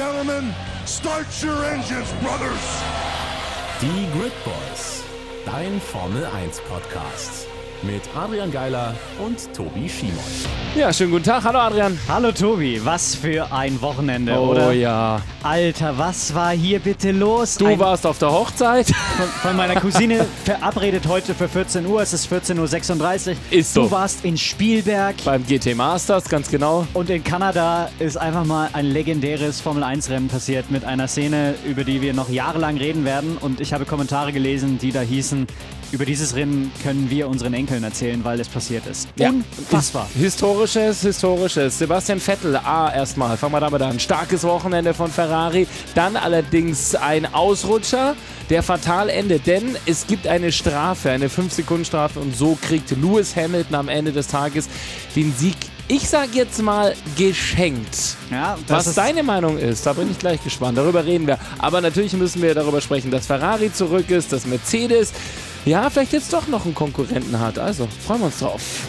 gentlemen, start your engines, brothers! Die Grid Boys, dein Formel 1 Podcast mit Adrian Geiler und Tobi Schimon. Ja, schönen guten Tag. Hallo Adrian. Hallo Tobi, was für ein Wochenende, Oh oder? ja. Alter, was war hier bitte los? Du warst auf der Hochzeit. Von meiner Cousine verabredet heute für 14 Uhr, es ist 14:36 Uhr. Ist so. Du warst in Spielberg. Beim GT Masters, ganz genau. Und in Kanada ist einfach mal ein legendäres Formel-1-Rennen passiert mit einer Szene, über die wir noch jahrelang reden werden. Und ich habe Kommentare gelesen, die da hießen, über dieses Rennen können wir unseren Enkeln erzählen, weil es passiert ist. Ja. Unfassbar. Historisches. Sebastian Vettel, erstmal, fangen wir damit an. Starkes Wochenende von Ferrari. Dann allerdings ein Ausrutscher, der fatal endet, denn es gibt eine Strafe, eine 5-Sekunden-Strafe und so kriegt Lewis Hamilton am Ende des Tages den Sieg, ich sag jetzt mal, geschenkt. Ja, Was deine Meinung ist, da bin ich gleich gespannt. Darüber reden wir. Aber natürlich müssen wir darüber sprechen, dass Ferrari zurück ist, dass Mercedes, ja, vielleicht jetzt doch noch einen Konkurrenten hat. Also, freuen wir uns drauf.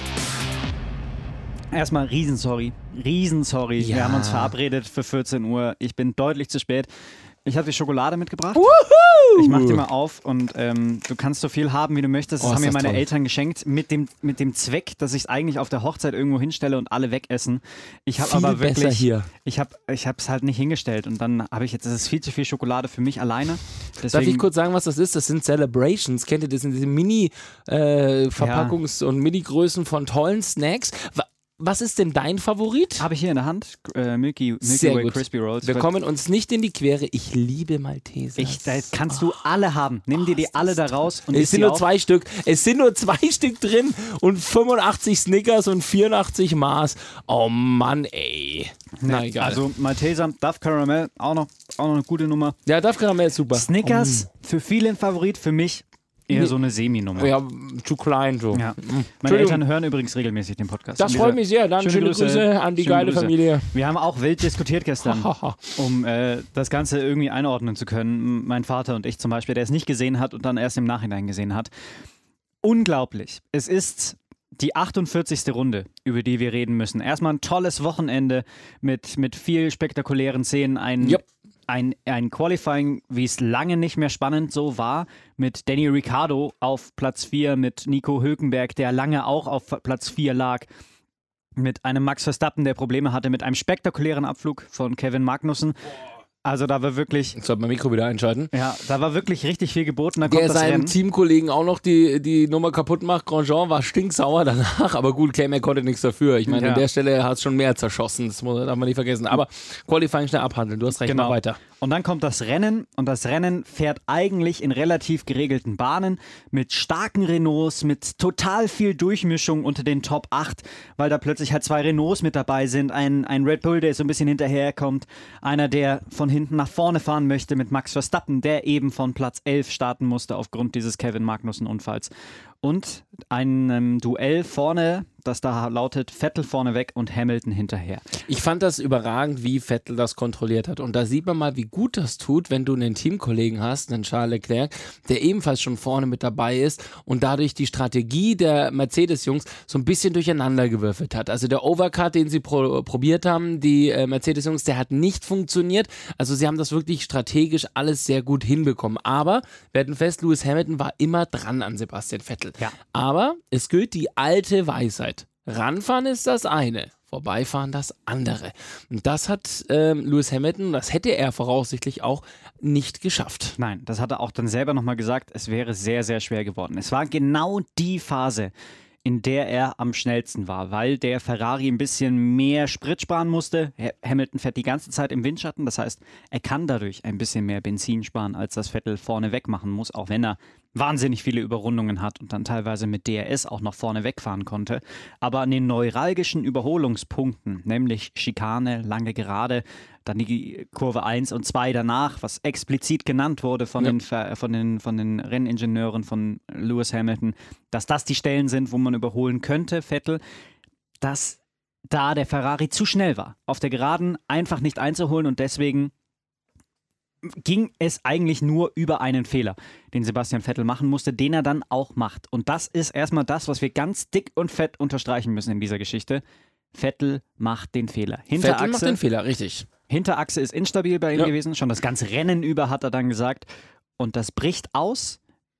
Erstmal Riesensorry. Ja. Wir haben uns verabredet für 14 Uhr. Ich bin deutlich zu spät. Ich habe die Schokolade mitgebracht. Wuhu! Ich mache die mal auf und du kannst so viel haben, wie du möchtest. Das Oh, haben mir ist das meine toll. Eltern geschenkt mit dem Zweck, dass ich es eigentlich auf der Hochzeit irgendwo hinstelle und alle wegessen. Ich habe Viel aber wirklich, besser hier. ich habe es halt nicht hingestellt und dann habe ich jetzt, das ist viel zu viel Schokolade für mich alleine. Darf ich Deswegen, kurz sagen, was das ist? Das sind Celebrations. Kennt ihr das? Das sind diese Mini-Verpackungs- und Mini-Größen von tollen Snacks. Was ist denn dein Favorit? habe ich hier in der Hand Milky Sehr Way gut. Crispy Rolls. Wir kommen uns nicht in die Quere. Ich liebe Maltesers. Da kannst du alle haben. Nimm dir die alle da raus und Es isst sind sie nur auf. 2 Stück. Es sind nur 2 Stück drin und 85 Snickers und 84 Mars. Oh Mann, ey. Na egal. Also Malteser, Duff Caramel, auch noch eine gute Nummer. ja, Duff Caramel ist super. Snickers, für viele ein Favorit, für mich eher so eine Semi-Nummer. Ja, zu klein so. Ja. Meine Entschuldigung. Eltern hören übrigens regelmäßig den Podcast. Das freut mich sehr. Dann schöne Grüße an die schöne geile Grüße. Familie. Wir haben auch wild diskutiert gestern, um das Ganze irgendwie einordnen zu können. Mein Vater und ich zum Beispiel, der es nicht gesehen hat und dann erst im Nachhinein gesehen hat. Unglaublich. Es ist die 48. Runde, über die wir reden müssen. Erstmal ein tolles Wochenende mit viel spektakulären Szenen. Ein Qualifying, wie es lange nicht mehr spannend so war, mit Danny Ricciardo auf Platz 4, mit Nico Hülkenberg, der lange auch auf Platz 4 lag, mit einem Max Verstappen, der Probleme hatte, mit einem spektakulären Abflug von Kevin Magnussen. Also da war wirklich, Ich sollte mein Mikro wieder einschalten. ja, da war wirklich richtig viel geboten. Da Der kommt das seinem Rennen. Teamkollegen auch noch die Nummer kaputt macht. Grosjean war stinksauer danach, aber gut, K-Mac konnte nichts dafür. Ich meine, Ja. an der Stelle hat es schon mehr zerschossen, das darf man nicht vergessen. Aber Qualifying schnell abhandeln, du hast recht, Genau. mach weiter. Und dann kommt das Rennen und das Rennen fährt eigentlich in relativ geregelten Bahnen mit starken Renaults, mit total viel Durchmischung unter den Top 8, weil da plötzlich halt 2 Renaults mit dabei sind, ein Red Bull, der so ein bisschen hinterherkommt, einer, der von hinten nach vorne fahren möchte mit Max Verstappen, der eben von Platz 11 starten musste aufgrund dieses Kevin Magnussen-Unfalls. Und ein Duell vorne, das da lautet Vettel vorneweg und Hamilton hinterher. Ich fand das überragend, wie Vettel das kontrolliert hat. Und da sieht man mal, wie gut das tut, wenn du einen Teamkollegen hast, einen Charles Leclerc, der ebenfalls schon vorne mit dabei ist und dadurch die Strategie der Mercedes-Jungs so ein bisschen durcheinandergewürfelt hat. Also der Overcut, den sie probiert haben, die Mercedes-Jungs, der hat nicht funktioniert. Also sie haben das wirklich strategisch alles sehr gut hinbekommen. Aber wir halten fest, Lewis Hamilton war immer dran an Sebastian Vettel. Ja. Aber es gilt die alte Weisheit. Ranfahren ist das eine, vorbeifahren das andere. Und das hat Lewis Hamilton, das hätte er voraussichtlich auch nicht geschafft. Nein, das hat er auch dann selber nochmal gesagt, es wäre sehr, sehr schwer geworden. Es war genau die Phase, in der er am schnellsten war, weil der Ferrari ein bisschen mehr Sprit sparen musste. Hamilton fährt die ganze Zeit im Windschatten, das heißt, er kann dadurch ein bisschen mehr Benzin sparen, als das Vettel vorne weg machen muss, auch wenn er wahnsinnig viele Überrundungen hat und dann teilweise mit DRS auch noch vorne wegfahren konnte. Aber an den neuralgischen Überholungspunkten, nämlich Schikane, lange Gerade, dann die Kurve 1 und 2 danach, was explizit genannt wurde von den Renningenieuren von Lewis Hamilton, dass das die Stellen sind, wo man überholen könnte, Vettel, dass da der Ferrari zu schnell war, auf der Geraden einfach nicht einzuholen und deswegen ging es eigentlich nur über einen Fehler, den Sebastian Vettel machen musste, den er dann auch macht. Und das ist erstmal das, was wir ganz dick und fett unterstreichen müssen in dieser Geschichte. Vettel macht den Fehler. Vettel macht den Fehler, richtig. Hinterachse ist instabil bei ihm gewesen, schon das ganze Rennen über hat er dann gesagt. Und das bricht aus,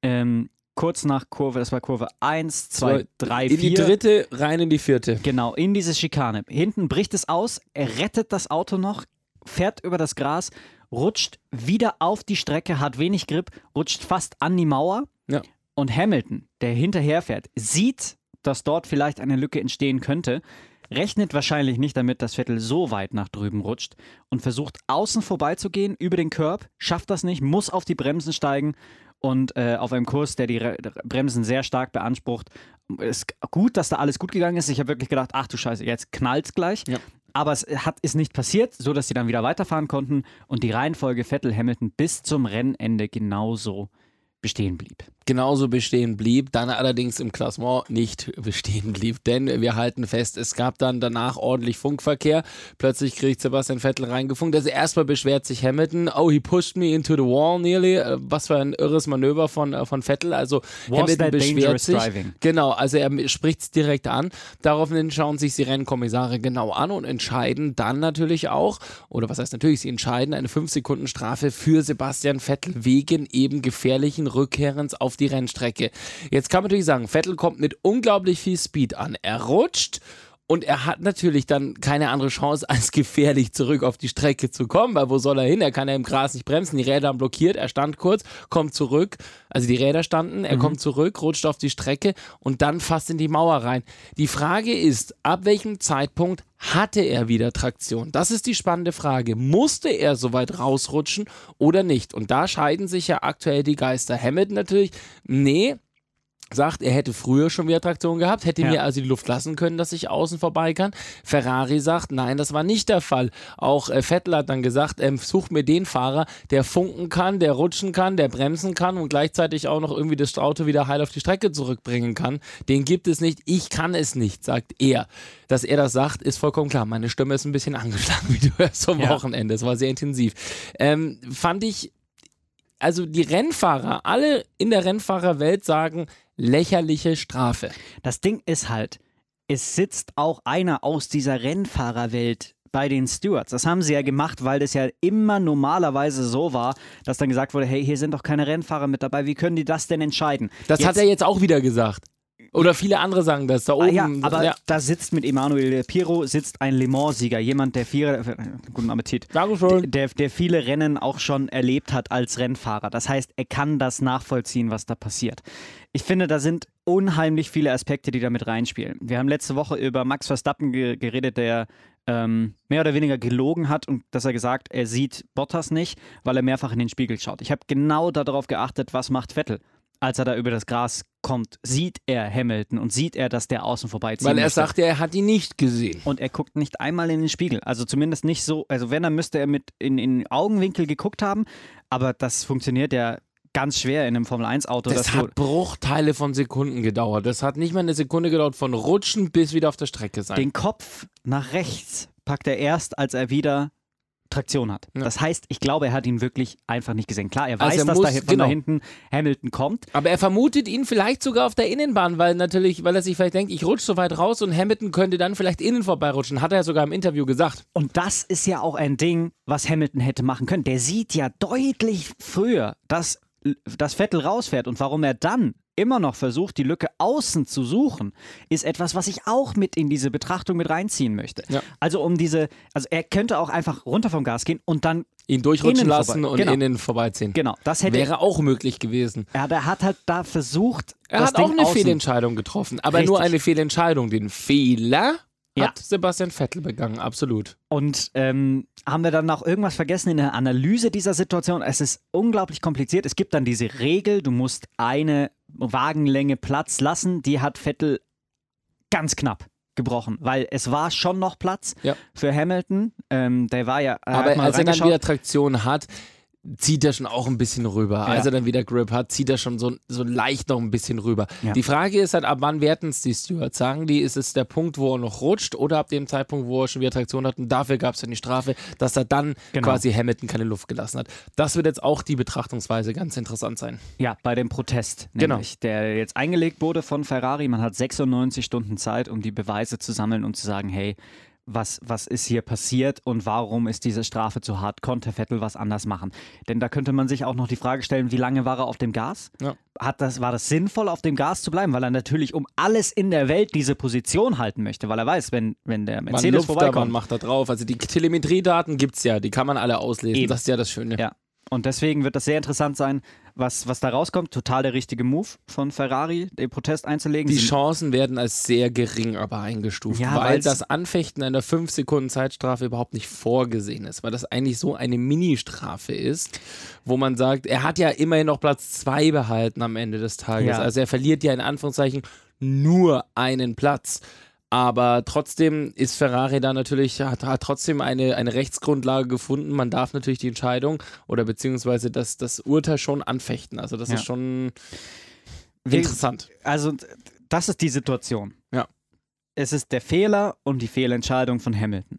kurz nach Kurve, das war Kurve 1, 2, 3, 4. In die dritte, rein in die vierte. Genau, in diese Schikane. Hinten bricht es aus, er rettet das Auto noch, fährt über das Gras, rutscht wieder auf die Strecke, hat wenig Grip, rutscht fast an die Mauer. Ja. Und Hamilton, der hinterherfährt, sieht, dass dort vielleicht eine Lücke entstehen könnte, rechnet wahrscheinlich nicht damit, dass Vettel so weit nach drüben rutscht und versucht außen vorbeizugehen über den Curb, schafft das nicht, muss auf die Bremsen steigen und auf einem Kurs, der die Bremsen sehr stark beansprucht. Ist gut, dass da alles gut gegangen ist. Ich habe wirklich gedacht, ach du Scheiße, jetzt knallt's gleich. Ja. Aber es ist nicht passiert, so dass sie dann wieder weiterfahren konnten und die Reihenfolge Vettel-Hamilton bis zum Rennende genauso bestehen blieb. Genauso bestehen blieb, dann allerdings im Klassement nicht bestehen blieb, denn wir halten fest, es gab dann danach ordentlich Funkverkehr, plötzlich kriegt Sebastian Vettel reingefunkt, also erstmal beschwert sich Hamilton, oh, he pushed me into the wall nearly, was für ein irres Manöver von Vettel, also Hamilton beschwert sich, genau, also er spricht es direkt an, daraufhin schauen sich die Rennkommissare genau an und entscheiden dann natürlich auch, oder was heißt natürlich, sie entscheiden eine 5-Sekunden-Strafe für Sebastian Vettel wegen eben gefährlichen Rückkehrens auf die Rennstrecke. Jetzt kann man natürlich sagen, Vettel kommt mit unglaublich viel Speed an. Er rutscht und er hat natürlich dann keine andere Chance, als gefährlich zurück auf die Strecke zu kommen, weil wo soll er hin? Er kann ja im Gras nicht bremsen, die Räder haben blockiert, er stand kurz, kommt zurück, also die Räder standen, er kommt zurück, rutscht auf die Strecke und dann fast in die Mauer rein. Die Frage ist, ab welchem Zeitpunkt hatte er wieder Traktion? Das ist die spannende Frage. Musste er so weit rausrutschen oder nicht? Und da scheiden sich ja aktuell die Geister. Hamilton natürlich, nee, sagt, er hätte früher schon wieder Traktion gehabt, hätte mir also die Luft lassen können, dass ich außen vorbei kann. Ferrari sagt, nein, das war nicht der Fall. Auch Vettel hat dann gesagt, such mir den Fahrer, der funken kann, der rutschen kann, der bremsen kann und gleichzeitig auch noch irgendwie das Auto wieder heil auf die Strecke zurückbringen kann. Den gibt es nicht, ich kann es nicht, sagt er. Dass er das sagt, ist vollkommen klar. Meine Stimme ist ein bisschen angeschlagen, wie du hörst am Wochenende. Es war sehr intensiv. Fand ich, also die Rennfahrer, alle in der Rennfahrerwelt sagen, lächerliche Strafe. Das Ding ist halt, es sitzt auch einer aus dieser Rennfahrerwelt bei den Stewards. Das haben sie ja gemacht, weil das ja immer normalerweise so war, dass dann gesagt wurde, hey, hier sind doch keine Rennfahrer mit dabei, wie können die das denn entscheiden? Das hat er jetzt auch wieder gesagt. Oder viele andere sagen das, da oben. Ja, aber da sitzt mit Emmanuel Pirro sitzt ein Le Mans-Sieger, jemand, der guten Appetit, der viele Rennen auch schon erlebt hat als Rennfahrer. Das heißt, er kann das nachvollziehen, was da passiert. Ich finde, da sind unheimlich viele Aspekte, die da mit reinspielen. Wir haben letzte Woche über Max Verstappen geredet, der mehr oder weniger gelogen hat und dass er gesagt, er sieht Bottas nicht, weil er mehrfach in den Spiegel schaut. Ich habe genau darauf geachtet, was macht Vettel. Als er da über das Gras kommt, sieht er Hamilton und sieht er, dass der außen vorbeizieht. Weil er sagte, er hat ihn nicht gesehen. Und er guckt nicht einmal in den Spiegel. Also zumindest nicht so, also wenn, dann müsste er mit in den Augenwinkel geguckt haben. Aber das funktioniert ja ganz schwer in einem Formel-1-Auto. Das hat Bruchteile von Sekunden gedauert. Das hat nicht mal eine Sekunde gedauert von Rutschen bis wieder auf der Strecke sein. Den Kopf nach rechts packt er erst, als er wieder Traktion hat. Ja. Das heißt, ich glaube, er hat ihn wirklich einfach nicht gesehen. Klar, er weiß, dass da hinten Hamilton kommt. Aber er vermutet ihn vielleicht sogar auf der Innenbahn, weil er sich vielleicht denkt, ich rutsche so weit raus und Hamilton könnte dann vielleicht innen vorbeirutschen. Hat er ja sogar im Interview gesagt. Und das ist ja auch ein Ding, was Hamilton hätte machen können. Der sieht ja deutlich früher, dass Vettel rausfährt und warum er dann immer noch versucht, die Lücke außen zu suchen, ist etwas, was ich auch mit in diese Betrachtung mit reinziehen möchte. Ja. Also er könnte auch einfach runter vom Gas gehen und dann ihn durchrutschen lassen und innen vorbeiziehen. Genau, das wäre auch möglich gewesen. Ja, der hat halt da versucht, er hat auch eine Fehlentscheidung getroffen, aber nur eine Fehlentscheidung. Den Fehler hat Sebastian Vettel begangen, absolut. Und haben wir dann noch irgendwas vergessen in der Analyse dieser Situation? Es ist unglaublich kompliziert. Es gibt dann diese Regel, du musst eine Wagenlänge Platz lassen. Die hat Vettel ganz knapp gebrochen, weil es war schon noch Platz für Hamilton. Der war ja. Aber als er dann wieder Traktion hat, zieht er schon auch ein bisschen rüber. Ja. Als er dann wieder Grip hat, zieht er schon so leicht noch ein bisschen rüber. Ja. Die Frage ist halt, ab wann werten es die Stewards? Sagen die, ist es der Punkt, wo er noch rutscht oder ab dem Zeitpunkt, wo er schon wieder Traktion hat und dafür gab es dann die Strafe, dass er dann quasi Hamilton keine Luft gelassen hat. Das wird jetzt auch die Betrachtungsweise ganz interessant sein. Ja, bei dem Protest nämlich, der jetzt eingelegt wurde von Ferrari. Man hat 96 Stunden Zeit, um die Beweise zu sammeln und zu sagen, hey, was ist hier passiert und warum ist diese Strafe zu hart? Konnte Vettel was anders machen? Denn da könnte man sich auch noch die Frage stellen, wie lange war er auf dem Gas? Ja. War das sinnvoll, auf dem Gas zu bleiben? Weil er natürlich um alles in der Welt diese Position halten möchte, weil er weiß, wenn der Mercedes vorbeikommt. Man macht da drauf. Also die Telemetriedaten gibt es ja, die kann man alle auslesen. Eben. Das ist ja das Schöne. Ja. Und deswegen wird das sehr interessant sein, was da rauskommt. Total der richtige Move von Ferrari, den Protest einzulegen. Die Chancen werden als sehr gering aber eingestuft, Ja, weil das Anfechten einer 5 Sekunden Zeitstrafe überhaupt nicht vorgesehen ist, weil das eigentlich so eine Mini-Strafe ist, wo man sagt, er hat ja immerhin noch Platz 2 behalten am Ende des Tages. Ja. Also er verliert ja in Anführungszeichen nur einen Platz. Aber trotzdem ist Ferrari da natürlich, hat trotzdem eine Rechtsgrundlage gefunden. Man darf natürlich die Entscheidung oder beziehungsweise das Urteil schon anfechten. Also das ist schon interessant. Also das ist die Situation. Ja. Es ist der Fehler und die Fehlentscheidung von Hamilton.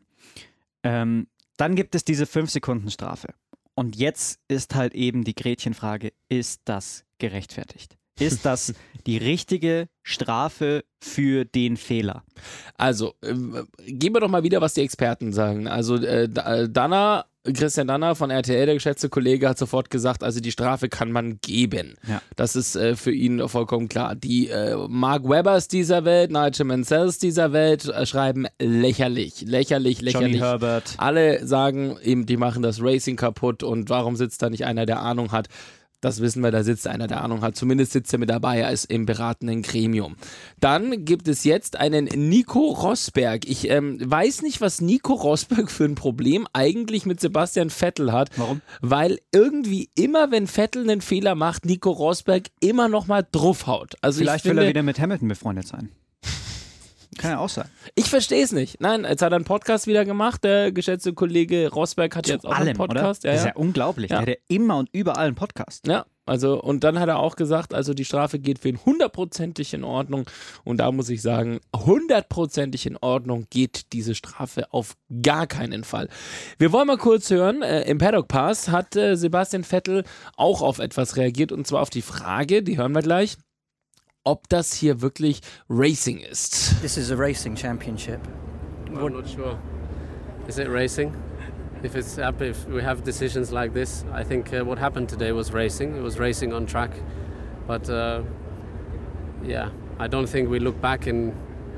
Dann gibt es diese 5-Sekunden-Strafe. Und jetzt ist halt eben die Gretchenfrage, ist das gerechtfertigt? Ist das die richtige Strafe für den Fehler? Also, gehen wir doch mal wieder, was die Experten sagen. Also, Christian Danner von RTL, der geschätzte Kollege, hat sofort gesagt, also die Strafe kann man geben. Ja. Das ist für ihn vollkommen klar. Die Mark Webbers dieser Welt, Nigel Mansells dieser Welt schreiben lächerlich. Johnny Herbert. Alle sagen eben, die machen das Racing kaputt und warum sitzt da nicht einer, der Ahnung hat? Das wissen wir, da sitzt einer, der Ahnung hat. Zumindest sitzt er mit dabei, er ist im beratenden Gremium. Dann gibt es jetzt einen Nico Rosberg. Ich weiß nicht, was Nico Rosberg für ein Problem eigentlich mit Sebastian Vettel hat. Warum? Weil irgendwie immer, wenn Vettel einen Fehler macht, Nico Rosberg immer noch mal draufhaut. Also Vielleicht will er wieder mit Hamilton befreundet sein. Kann ja auch sein. Ich verstehe es nicht. Nein, jetzt hat er einen Podcast wieder gemacht. Der geschätzte Kollege Rosberg hat jetzt auch einen Podcast. Oder? Das ist ja unglaublich. Ja. Der hat ja immer und überall einen Podcast. Ja, also und dann hat er auch gesagt, also die Strafe geht für ihn 100%ig in Ordnung. Und da muss ich sagen, 100%ig in Ordnung geht diese Strafe auf gar keinen Fall. Wir wollen mal kurz hören, im Paddock Pass hat Sebastian Vettel auch auf etwas reagiert und zwar auf die Frage, die hören wir gleich, ob das hier wirklich Racing ist. This is a racing championship. I'm not sure. Is it racing? If we have decisions like this, I think what happened today was racing. It was racing on track, but yeah, I don't think we look back in,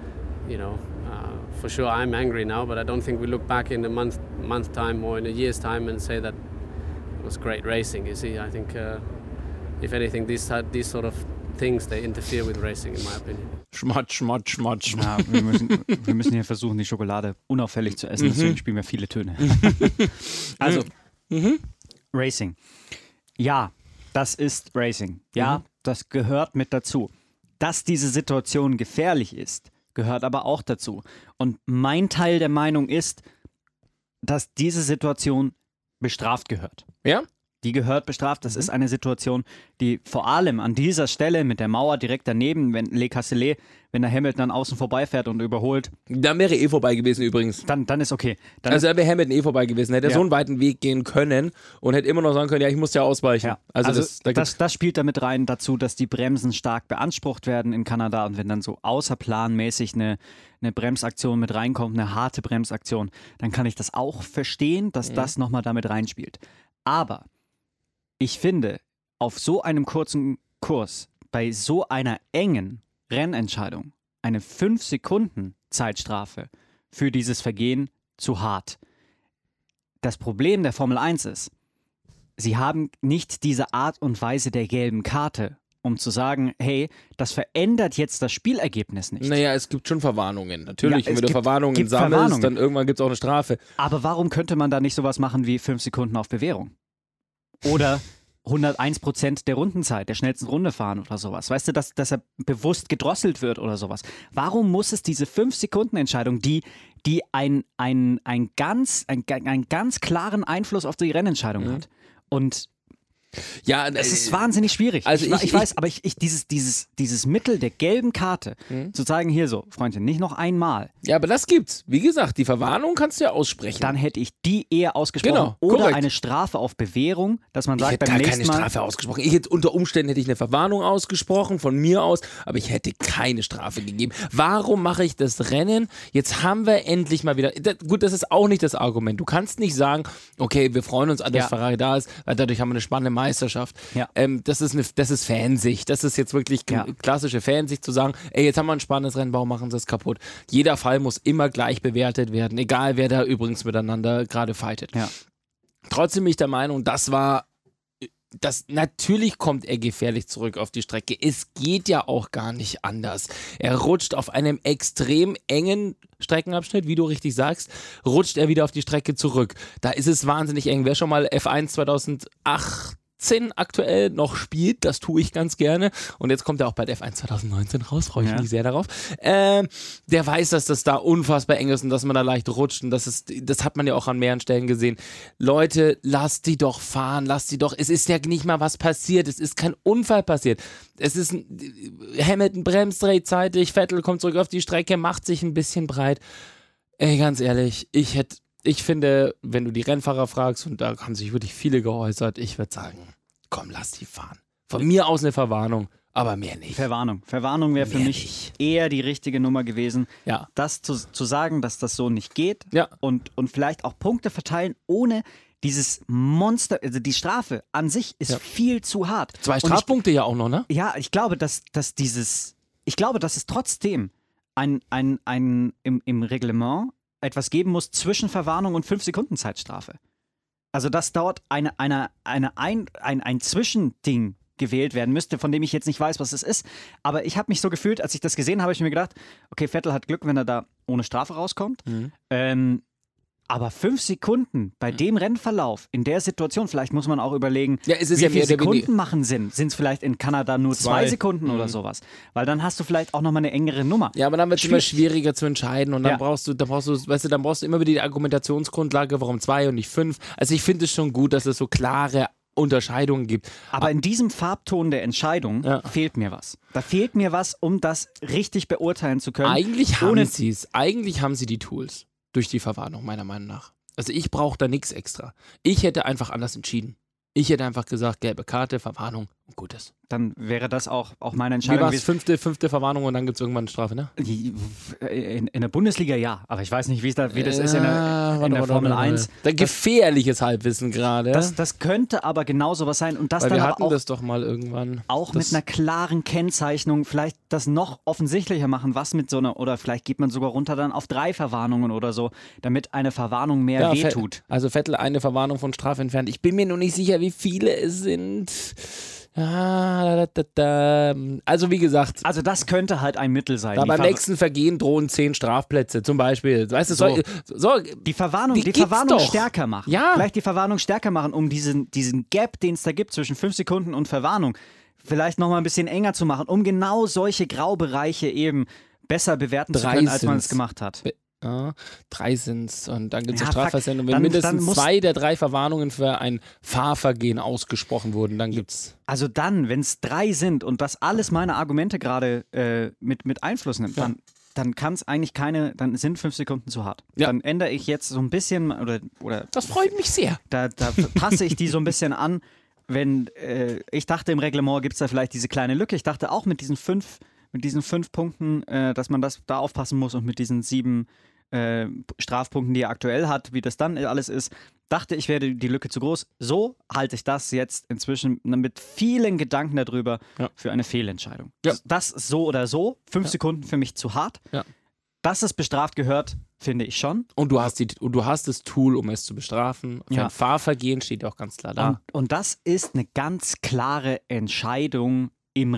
for sure I'm angry now, but I don't think we look back in a month time or in a year's time and say that it was great racing. You see, I think if anything, these sort of things, they interfere with racing, in my opinion. Schmatsch. Ja, wir müssen hier versuchen, die Schokolade unauffällig zu essen, deswegen spielen wir viele Töne. Also, Racing. Ja, das ist Racing. Ja, das gehört mit dazu. Dass diese Situation gefährlich ist, gehört aber auch dazu. Und mein Teil der Meinung ist, dass diese Situation bestraft gehört. Ja? Die gehört bestraft. Das ist eine Situation, die vor allem an dieser Stelle mit der Mauer direkt daneben, wenn Le Castellet, wenn der Hamilton dann außen vorbeifährt und überholt. Dann wäre vorbei gewesen übrigens. Dann ist okay. Dann also da wäre Hamilton vorbei gewesen. Hätte er so einen weiten Weg gehen können und hätte immer noch sagen können, ja, ich muss ja ausweichen. Ja. Also das spielt damit rein dazu, dass die Bremsen stark beansprucht werden in Kanada und wenn dann so außerplanmäßig eine Bremsaktion mit reinkommt, eine harte Bremsaktion, dann kann ich das auch verstehen, dass das nochmal damit reinspielt. Aber ich finde, auf so einem kurzen Kurs, bei so einer engen Rennentscheidung, eine 5-Sekunden-Zeitstrafe für dieses Vergehen zu hart. Das Problem der Formel 1 ist, sie haben nicht diese Art und Weise der gelben Karte, um zu sagen, hey, das verändert jetzt das Spielergebnis nicht. Naja, es gibt schon Verwarnungen. Natürlich, Ja, wenn du Verwarnungen sammelst, dann irgendwann gibt es auch eine Strafe. Aber warum könnte man da nicht sowas machen wie 5 Sekunden auf Bewährung? Oder 101% der Rundenzeit, der schnellsten Runde fahren oder sowas. Weißt du, dass er bewusst gedrosselt wird oder sowas. Warum muss es diese 5-Sekunden-Entscheidung, die einen ganz klaren Einfluss auf die Rennentscheidung hat? Und Ja, Es ist wahnsinnig schwierig. Also ich weiß, aber dieses Mittel der gelben Karte, zu zeigen, hier so, Freundchen, nicht noch einmal, Ja, aber das gibt's. Wie gesagt, die Verwarnung kannst du ja aussprechen. dann hätte ich die eher ausgesprochen. Genau, oder korrekt. eine Strafe auf Bewährung, dass man Ich sagt, hätte beim gar keine nächsten Mal. Strafe ausgesprochen. Unter Umständen hätte ich eine Verwarnung ausgesprochen, von mir aus, aber ich hätte keine Strafe gegeben. Warum mache ich das Rennen? Jetzt haben wir endlich mal wieder. Gut, das ist auch nicht das Argument. Du kannst nicht sagen, okay, wir freuen uns an, dass Ferrari da ist, weil dadurch haben wir eine spannende Meisterschaft. Ja. Das ist Fansicht. Das ist jetzt wirklich klassische Fansicht, zu sagen, ey, jetzt haben wir ein spannendes Rennen, warum machen sie es kaputt? Jeder Fall muss immer gleich bewertet werden, egal wer da übrigens miteinander gerade fightet. Ja. Trotzdem bin ich der Meinung, natürlich kommt er gefährlich zurück auf die Strecke. Es geht ja auch gar nicht anders. Er rutscht auf einem extrem engen Streckenabschnitt, wie du richtig sagst, rutscht er wieder auf die Strecke zurück. Da ist es wahnsinnig eng. Wer schon mal F1 2018 aktuell noch spielt, das tue ich ganz gerne. Und jetzt kommt er auch bald F1 2019 raus, freue ich mich sehr darauf. Der weiß, dass das da unfassbar eng ist und dass man da leicht rutscht. Und das hat man ja auch an mehreren Stellen gesehen. Leute, lasst die doch fahren, es ist ja nicht mal was passiert, es ist kein Unfall passiert. Hamilton bremst rechtzeitig, Vettel kommt zurück auf die Strecke, macht sich ein bisschen breit. Ey, ganz ehrlich, ich finde, wenn du die Rennfahrer fragst, und da haben sich wirklich viele geäußert, ich würde sagen, komm, lass die fahren. Von mir aus eine Verwarnung, aber mehr nicht. Verwarnung wäre für mich eher die richtige Nummer gewesen. Ja. Das zu sagen, dass das so nicht geht und vielleicht auch Punkte verteilen, ohne dieses Monster, also die Strafe an sich ist viel zu hart. 2 Strafpunkte ja auch noch, ne? Ja, ich glaube, dass es trotzdem im Reglement etwas geben muss zwischen Verwarnung und 5 Sekunden Zeitstrafe. Also dass dort ein Zwischending gewählt werden müsste, von dem ich jetzt nicht weiß, was es ist. Aber ich habe mich so gefühlt, als ich das gesehen habe, habe ich mir gedacht, okay, Vettel hat Glück, wenn er da ohne Strafe rauskommt. Aber 5 Sekunden bei dem Rennverlauf, in der Situation, vielleicht muss man auch überlegen, wie viele Sekunden machen Sinn? Sind es vielleicht in Kanada nur 2 Sekunden oder sowas? Weil dann hast du vielleicht auch nochmal eine engere Nummer. Ja, aber dann wird es immer schwieriger zu entscheiden und dann brauchst du immer wieder die Argumentationsgrundlage, warum 2 und nicht 5. Also ich finde es schon gut, dass es so klare Unterscheidungen gibt. Aber in diesem Farbton der Entscheidung fehlt mir was. Da fehlt mir was, um das richtig beurteilen zu können. Eigentlich haben sie die Tools. Durch die Verwarnung, meiner Meinung nach. Also ich brauche da nichts extra. Ich hätte einfach anders entschieden. Ich hätte einfach gesagt, gelbe Karte, Verwarnung und Gutes. Dann wäre das auch meine Entscheidung. Wie war es? Fünfte Verwarnung und dann gibt es irgendwann eine Strafe, ne? In der Bundesliga ja, aber ich weiß nicht, wie das ist in der Formel 1. Gefährliches Halbwissen gerade. Das könnte aber genau sowas sein. Und das Weil dann wir aber hatten auch, das doch mal irgendwann. Auch mit einer klaren Kennzeichnung, vielleicht das noch offensichtlicher machen, was mit so einer, oder vielleicht geht man sogar runter dann auf 3 Verwarnungen oder so, damit eine Verwarnung mehr wehtut. Also Vettel eine Verwarnung von Strafe entfernt. Ich bin mir noch nicht sicher, wie viele es sind. Also wie gesagt. Also das könnte halt ein Mittel sein. Beim nächsten Vergehen drohen 10 Strafplätze zum Beispiel. Weißt du, die Verwarnung stärker machen. Ja. Vielleicht die Verwarnung stärker machen, um diesen Gap, den es da gibt zwischen 5 Sekunden und Verwarnung, vielleicht nochmal ein bisschen enger zu machen, um genau solche Graubereiche eben besser bewerten zu können, als man es gemacht hat. 3 sind's und dann gibt es Strafversetzung. Wenn mindestens 2 der 3 Verwarnungen für ein Fahrvergehen ausgesprochen wurden, dann gibt's. Also dann, wenn es 3 sind und das alles meine Argumente gerade mit Einfluss nimmt, dann kann es eigentlich dann sind 5 Sekunden zu hart. Ja. Dann ändere ich jetzt so ein bisschen oder das freut mich sehr. Da passe ich die so ein bisschen an. Wenn ich dachte, im Reglement gibt es da vielleicht diese kleine Lücke. Ich dachte auch mit diesen 5 Punkten, dass man da aufpassen muss und mit diesen 7 Strafpunkten, die er aktuell hat, wie das dann alles ist, dachte ich, wäre die Lücke zu groß. So halte ich das jetzt inzwischen mit vielen Gedanken darüber für eine Fehlentscheidung. Ja. Das so oder so, 5 Sekunden für mich zu hart. Ja. Dass es bestraft gehört, finde ich schon. Und du hast das Tool, um es zu bestrafen. Für ein Fahrvergehen steht auch ganz klar da. Und das ist eine ganz klare Entscheidung im Rennen.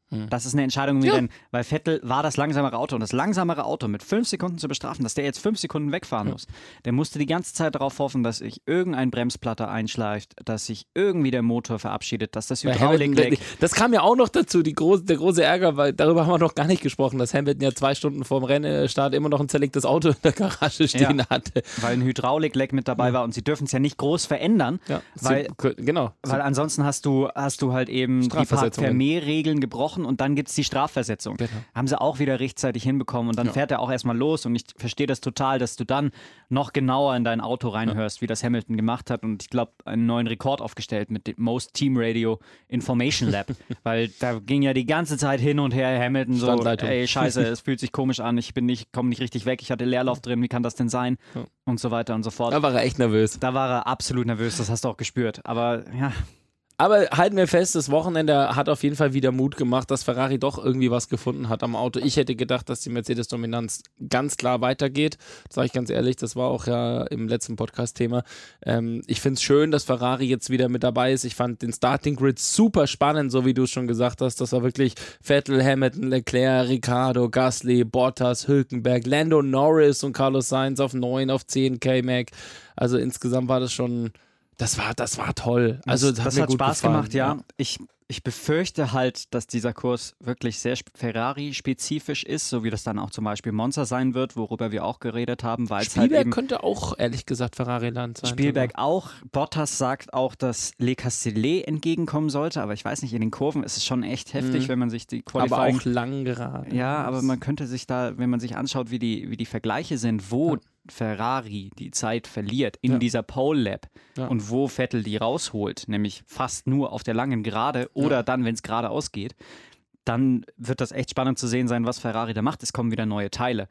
Das ist eine Entscheidung im Rennen, weil Vettel war das langsamere Auto und das langsamere Auto mit 5 Sekunden zu bestrafen, dass der jetzt 5 Sekunden wegfahren muss. Der musste die ganze Zeit darauf hoffen, dass sich irgendein Bremsplatter einschleift, dass sich irgendwie der Motor verabschiedet, dass das Hydraulikleck... Das kam ja auch noch dazu, der große Ärger, weil darüber haben wir noch gar nicht gesprochen, dass Hamilton ja 2 Stunden vor dem Rennstart immer noch ein zerlegtes Auto in der Garage stehen hatte. Weil ein Hydraulikleck mit dabei war und sie dürfen es ja nicht groß verändern, weil ansonsten hast du halt eben die Parc-Fermé-Regeln gebrochen und dann gibt es die Strafversetzung. Genau. Haben sie auch wieder rechtzeitig hinbekommen und dann fährt er auch erstmal los und ich verstehe das total, dass du dann noch genauer in dein Auto reinhörst, wie das Hamilton gemacht hat und ich glaube einen neuen Rekord aufgestellt mit dem Most Team Radio Information Lab, weil da ging ja die ganze Zeit hin und her Hamilton so, ey scheiße, es fühlt sich komisch an, ich komme nicht richtig weg, ich hatte Leerlauf drin, wie kann das denn sein? Und so weiter und so fort. Da war er echt nervös. Da war er absolut nervös, das hast du auch gespürt, aber ja... Aber halten wir fest, das Wochenende hat auf jeden Fall wieder Mut gemacht, dass Ferrari doch irgendwie was gefunden hat am Auto. Ich hätte gedacht, dass die Mercedes-Dominanz ganz klar weitergeht. Das sage ich ganz ehrlich, das war auch ja im letzten Podcast-Thema. Ich finde es schön, dass Ferrari jetzt wieder mit dabei ist. Ich fand den Starting-Grid super spannend, so wie du es schon gesagt hast. Das war wirklich Vettel, Hamilton, Leclerc, Ricciardo, Gasly, Bottas, Hülkenberg, Lando Norris und Carlos Sainz auf 9, auf 10 K-Mac. Also insgesamt war das schon... Das war toll. Also das hat Spaß gemacht, ja. Ich befürchte halt, dass dieser Kurs wirklich sehr Ferrari-spezifisch ist, so wie das dann auch zum Beispiel Monza sein wird, worüber wir auch geredet haben. Spielberg halt könnte auch, ehrlich gesagt, Ferrari-Land sein. Spielberg auch. Bottas sagt auch, dass Le Castellet entgegenkommen sollte, aber ich weiß nicht, in den Kurven ist es schon echt heftig, wenn man sich die Qualifying... Aber auch lang gerade. Ja, aber man könnte sich da, wenn man sich anschaut, wie die Vergleiche sind, wo Ferrari die Zeit verliert in dieser Pole Lap und wo Vettel die rausholt, nämlich fast nur auf der langen Gerade oder dann, wenn es geradeaus geht, dann wird das echt spannend zu sehen sein, was Ferrari da macht. Es kommen wieder neue Teile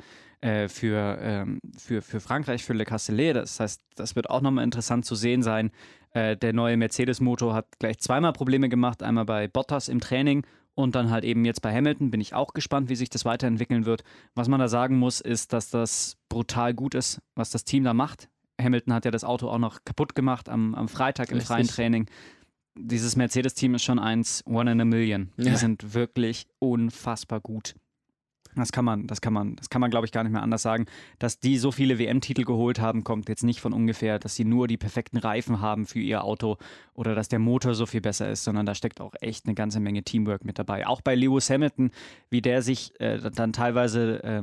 für Frankreich, für Le Castellet. Das heißt, das wird auch nochmal interessant zu sehen sein. Der neue Mercedes-Motor hat gleich zweimal Probleme gemacht, einmal bei Bottas im Training und dann halt eben jetzt bei Hamilton. Bin ich auch gespannt, wie sich das weiterentwickeln wird. Was man da sagen muss, ist, dass das brutal gut ist, was das Team da macht. Hamilton hat ja das Auto auch noch kaputt gemacht am Freitag im freien Training. Dieses Mercedes-Team ist schon one in a million. Die sind wirklich unfassbar gut. Das kann man, glaube ich, gar nicht mehr anders sagen. Dass die so viele WM-Titel geholt haben, kommt jetzt nicht von ungefähr, dass sie nur die perfekten Reifen haben für ihr Auto oder dass der Motor so viel besser ist, sondern da steckt auch echt eine ganze Menge Teamwork mit dabei. Auch bei Lewis Hamilton, wie der sich dann teilweise,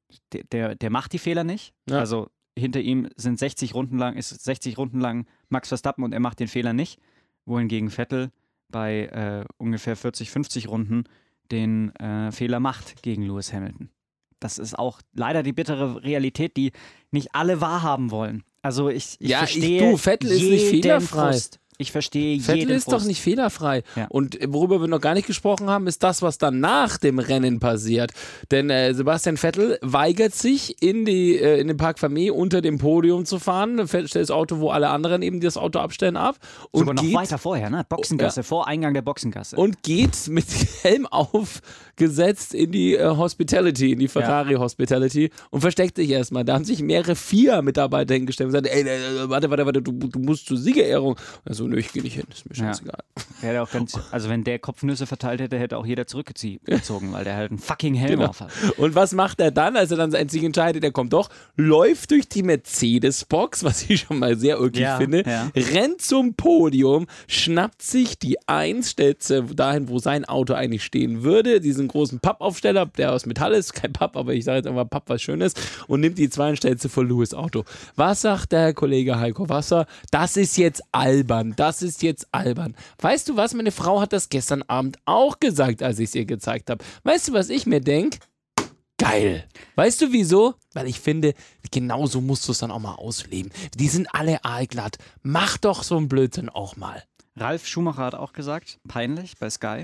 der macht die Fehler nicht. Ja. Also hinter ihm sind 60 Runden lang Max Verstappen und er macht den Fehler nicht. Wohingegen Vettel bei ungefähr 40, 50 Runden den Fehler macht gegen Lewis Hamilton. Das ist auch leider die bittere Realität, die nicht alle wahrhaben wollen. Also ich verstehe Vettel ist nicht fehlerfrei. Frust. Ich verstehe Vettel jeden ist Frust. Doch nicht fehlerfrei. Ja. Und worüber wir noch gar nicht gesprochen haben, ist das, was dann nach dem Rennen passiert. Denn Sebastian Vettel weigert sich, in den Parc Fermé unter dem Podium zu fahren. Stellt das Auto, wo alle anderen eben das Auto abstellen, ab. Und sogar noch weiter vorher, ne? Boxengasse, vor Eingang der Boxengasse. Und geht mit Helm aufgesetzt in die Hospitality, in die Ferrari Hospitality und versteckt sich erstmal. Da haben sich mehrere FIA-Mitarbeiter hingestellt und gesagt, ey, warte, du musst zur Siegerehrung. Also, nö, ich gehe nicht hin, ist mir scheißegal. Hätte auch also wenn der Kopfnüsse verteilt hätte, hätte auch jeder zurückgezogen, weil der halt einen fucking Helm auf hat. Und was macht er dann, als er dann sich entscheidet, er kommt doch, läuft durch die Mercedes-Box, was ich schon mal sehr ulkig finde, rennt zum Podium, schnappt sich die 1, stellt sie dahin, wo sein Auto eigentlich stehen würde, diesen großen Pappaufsteller, der aus Metall ist, kein Papp, aber ich sage jetzt einfach Papp, was Schönes, und nimmt die 2 und stellt sie vor Lewis Auto. Was sagt der Kollege Heiko Wasser? Das ist jetzt albern. Weißt du was? Meine Frau hat das gestern Abend auch gesagt, als ich es ihr gezeigt habe. Weißt du, was ich mir denke? Geil. Weißt du wieso? Weil ich finde, genauso musst du es dann auch mal ausleben. Die sind alle aalglatt. Mach doch so einen Blödsinn auch mal. Ralf Schumacher hat auch gesagt, peinlich bei Sky.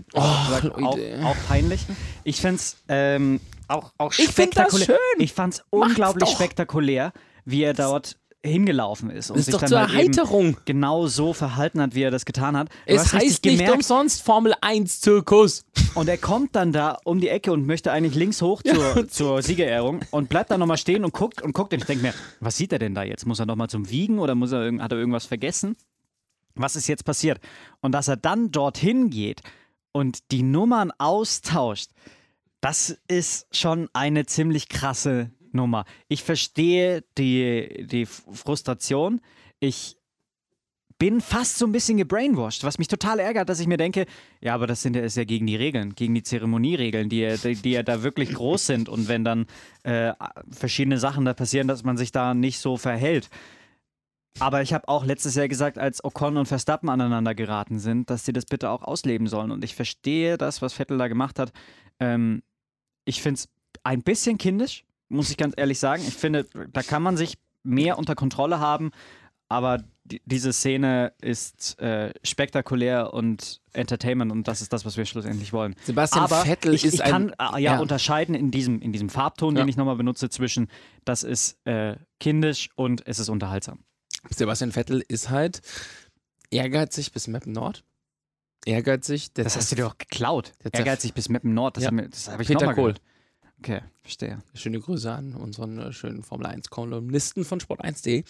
Auch peinlich. Ich finde es auch spektakulär. Ich finde das schön. Ich fand es unglaublich spektakulär, wie er dort hingelaufen ist und das ist sich doch dann zur halt Erheiterung. Eben genau so verhalten hat, wie er das getan hat. Es heißt nicht umsonst Formel 1 Zirkus. Und er kommt dann da um die Ecke und möchte eigentlich links hoch zur Siegerehrung und bleibt dann nochmal stehen und guckt. Und ich denke mir, was sieht er denn da jetzt? Muss er nochmal zum Wiegen oder hat er irgendwas vergessen? Was ist jetzt passiert? Und dass er dann dorthin geht und die Nummern austauscht, das ist schon eine ziemlich krasse Nummer. Ich verstehe die Frustration. Ich bin fast so ein bisschen gebrainwashed, was mich total ärgert, dass ich mir denke, ja, aber das ist ja gegen die Regeln, gegen die Zeremonieregeln, die ja da wirklich groß sind. Und wenn dann verschiedene Sachen da passieren, dass man sich da nicht so verhält. Aber ich habe auch letztes Jahr gesagt, als Ocon und Verstappen aneinander geraten sind, dass sie das bitte auch ausleben sollen. Und ich verstehe das, was Vettel da gemacht hat. Ich finde es ein bisschen kindisch, muss ich ganz ehrlich sagen. Ich finde, da kann man sich mehr unter Kontrolle haben. Aber diese Szene ist spektakulär und Entertainment und das ist das, was wir schlussendlich wollen. Sebastian Vettel ich kann unterscheiden in diesem Farbton, den ich nochmal benutze, zwischen das ist kindisch und es ist unterhaltsam. Sebastian Vettel ist halt ehrgeizig bis Meppen Nord. Ehrgeizig. Das hast du dir auch geklaut. Ehrgeizig bis Meppen Nord. Das habe ich Peter nochmal Kohl. gehört. Okay, verstehe. Schöne Grüße an unseren schönen Formel-1-Kolumnisten von Sport1.de.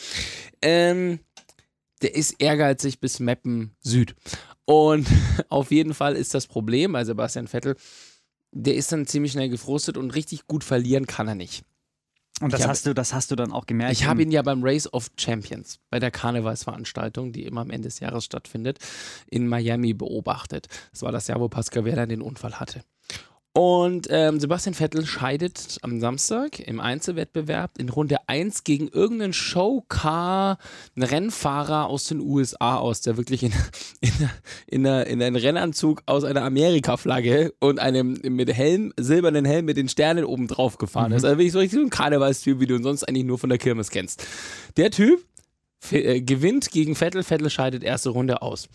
Der ist ehrgeizig bis Meppen Süd. Und auf jeden Fall ist das Problem bei Sebastian Vettel, der ist dann ziemlich schnell gefrustet und richtig gut verlieren kann er nicht. Und das hast du dann auch gemerkt? Ich habe ihn ja beim Race of Champions, bei der Karnevalsveranstaltung, die immer am Ende des Jahres stattfindet, in Miami beobachtet. Das war das Jahr, wo Pascal Wehrlein den Unfall hatte. Und Sebastian Vettel scheidet am Samstag im Einzelwettbewerb in Runde 1 gegen irgendeinen Showcar, einen Rennfahrer aus den USA aus, der wirklich in einem Rennanzug aus einer Amerika-Flagge und einem mit silbernen Helm mit den Sternen oben drauf gefahren ist. Also wirklich so richtig so ein Karnevalstyp, wie du ihn sonst eigentlich nur von der Kirmes kennst. Der Typ gewinnt gegen Vettel, Vettel scheidet erste Runde aus.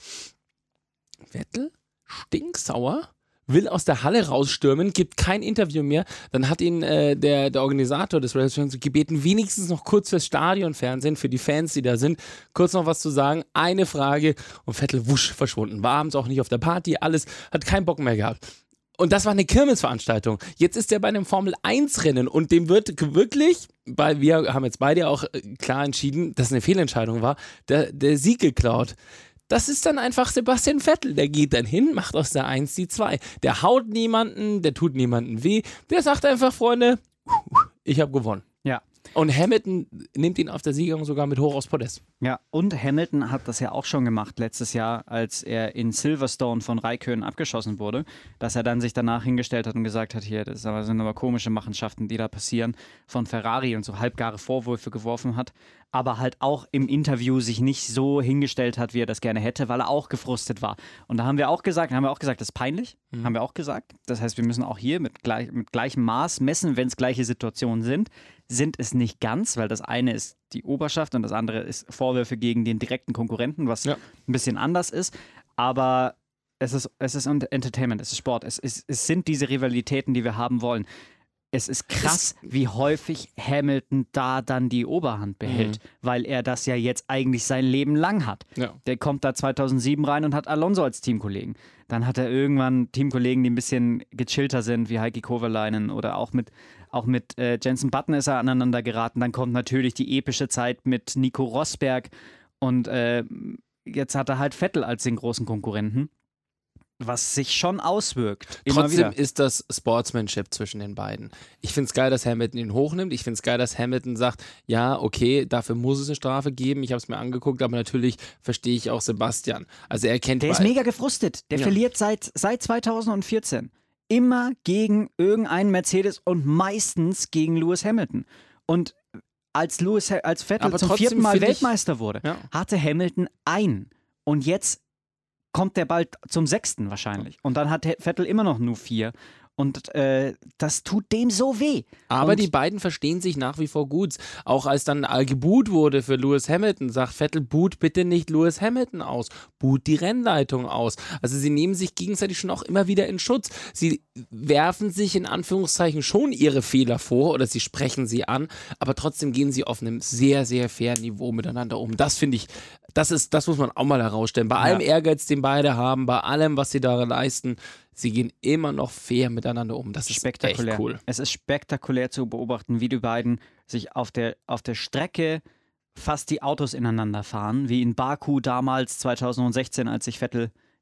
Vettel stinksauer, will aus der Halle rausstürmen, gibt kein Interview mehr. Dann hat ihn der Organisator des Racing gebeten, wenigstens noch kurz fürs Stadionfernsehen, für die Fans, die da sind, kurz noch was zu sagen. Eine Frage und Vettel wusch verschwunden. War abends auch nicht auf der Party, alles, hat keinen Bock mehr gehabt. Und das war eine Kirmesveranstaltung. Jetzt ist er bei einem Formel-1-Rennen und dem wird wirklich, weil wir haben jetzt beide auch klar entschieden, dass es eine Fehlentscheidung war, der Sieg geklaut. Das ist dann einfach Sebastian Vettel. Der geht dann hin, macht aus der 1 die 2. Der haut niemanden, der tut niemanden weh. Der sagt einfach, Freunde, ich habe gewonnen. Ja. Und Hamilton nimmt ihn auf der Siegerung sogar mit hoch aufs Podest. Ja, und Hamilton hat das ja auch schon gemacht letztes Jahr, als er in Silverstone von Räikkönen abgeschossen wurde, dass er dann sich danach hingestellt hat und gesagt hat, hier, das sind aber komische Machenschaften, die da passieren, von Ferrari und so halbgare Vorwürfe geworfen hat, aber halt auch im Interview sich nicht so hingestellt hat, wie er das gerne hätte, weil er auch gefrustet war. Und da haben wir auch gesagt, das ist peinlich, haben wir auch gesagt. Das heißt, wir müssen auch hier mit gleichem Maß messen, wenn es gleiche Situationen sind es nicht ganz, weil das eine ist die Oberschaft und das andere ist Vorwürfe gegen den direkten Konkurrenten, was ein bisschen anders ist. Aber es ist Entertainment, es ist Sport, es sind diese Rivalitäten, die wir haben wollen. Es ist krass, wie häufig Hamilton da dann die Oberhand behält, weil er das ja jetzt eigentlich sein Leben lang hat. Ja. Der kommt da 2007 rein und hat Alonso als Teamkollegen. Dann hat er irgendwann Teamkollegen, die ein bisschen gechillter sind, wie Heikki Kovalainen oder auch mit Jenson Button ist er aneinander geraten. Dann kommt natürlich die epische Zeit mit Nico Rosberg und jetzt hat er halt Vettel als den großen Konkurrenten. Was sich schon auswirkt. Trotzdem ist das Sportsmanship zwischen den beiden. Ich finde es geil, dass Hamilton ihn hochnimmt. Ich finde es geil, dass Hamilton sagt, ja, okay, dafür muss es eine Strafe geben. Ich habe es mir angeguckt, aber natürlich verstehe ich auch Sebastian. Also er kennt... Der ist mega gefrustet. Der verliert seit 2014 immer gegen irgendeinen Mercedes und meistens gegen Lewis Hamilton. Und als Vettel aber zum 4. Mal Weltmeister wurde, hatte Hamilton einen. Und jetzt kommt der bald zum 6. wahrscheinlich. Und dann hat Vettel immer noch nur 4. Und das tut dem so weh. Aber die beiden verstehen sich nach wie vor gut. Auch als dann geboot wurde für Lewis Hamilton, sagt Vettel, boot bitte nicht Lewis Hamilton aus. Boot die Rennleitung aus. Also sie nehmen sich gegenseitig schon auch immer wieder in Schutz. Sie werfen sich in Anführungszeichen schon ihre Fehler vor oder sie sprechen sie an, aber trotzdem gehen sie auf einem sehr, sehr fairen Niveau miteinander um. Das finde ich, das muss man auch mal herausstellen. Bei allem Ehrgeiz, den beide haben, bei allem, was sie da leisten, sie gehen immer noch fair miteinander um. Das ist spektakulär. Echt cool. Es ist spektakulär zu beobachten, wie die beiden sich auf der Strecke fast die Autos ineinander fahren, wie in Baku damals 2016, als sich Vettel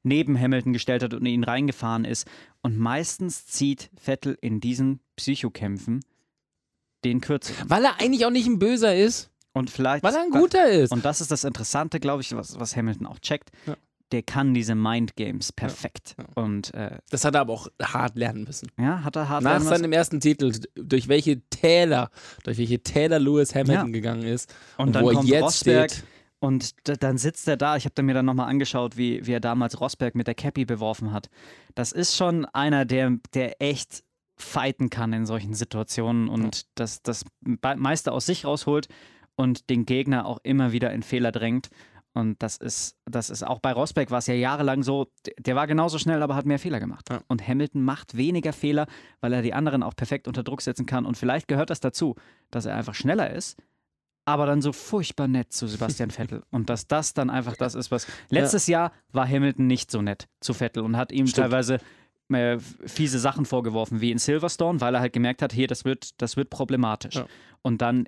neben Hamilton gestellt hat und in ihn reingefahren ist. Und meistens zieht Vettel in diesen Psychokämpfen den kürzeren. Weil er eigentlich auch nicht ein Böser ist, Und vielleicht, weil er ein Guter ist. und das ist das Interessante, glaube ich, was Hamilton auch checkt. Ja. Der kann diese Mindgames perfekt. Ja. Und Das hat er aber auch hart lernen müssen. hat er hart Nach lernen müssen. seinem ersten Titel, durch welche Täler Lewis Hamilton gegangen ist Und dann wo er kommt jetzt Rosberg steht. und dann sitzt er da. Ich habe mir dann nochmal angeschaut, wie er damals Rosberg mit der Cappy beworfen hat. Das ist schon einer, der echt fighten kann in solchen Situationen und das meiste aus sich rausholt und den Gegner auch immer wieder in Fehler drängt. Und das ist auch bei Rosberg war es ja jahrelang so, der war genauso schnell, aber hat mehr Fehler gemacht. Ja. Und Hamilton macht weniger Fehler, weil er die anderen auch perfekt unter Druck setzen kann. Und vielleicht gehört das dazu, dass er einfach schneller ist, aber dann so furchtbar nett zu Sebastian Vettel. Und dass das dann einfach das ist, was... Letztes Jahr war Hamilton nicht so nett zu Vettel und hat ihm teilweise fiese Sachen vorgeworfen, wie in Silverstone, weil er halt gemerkt hat, hier, das wird problematisch. Ja. Und dann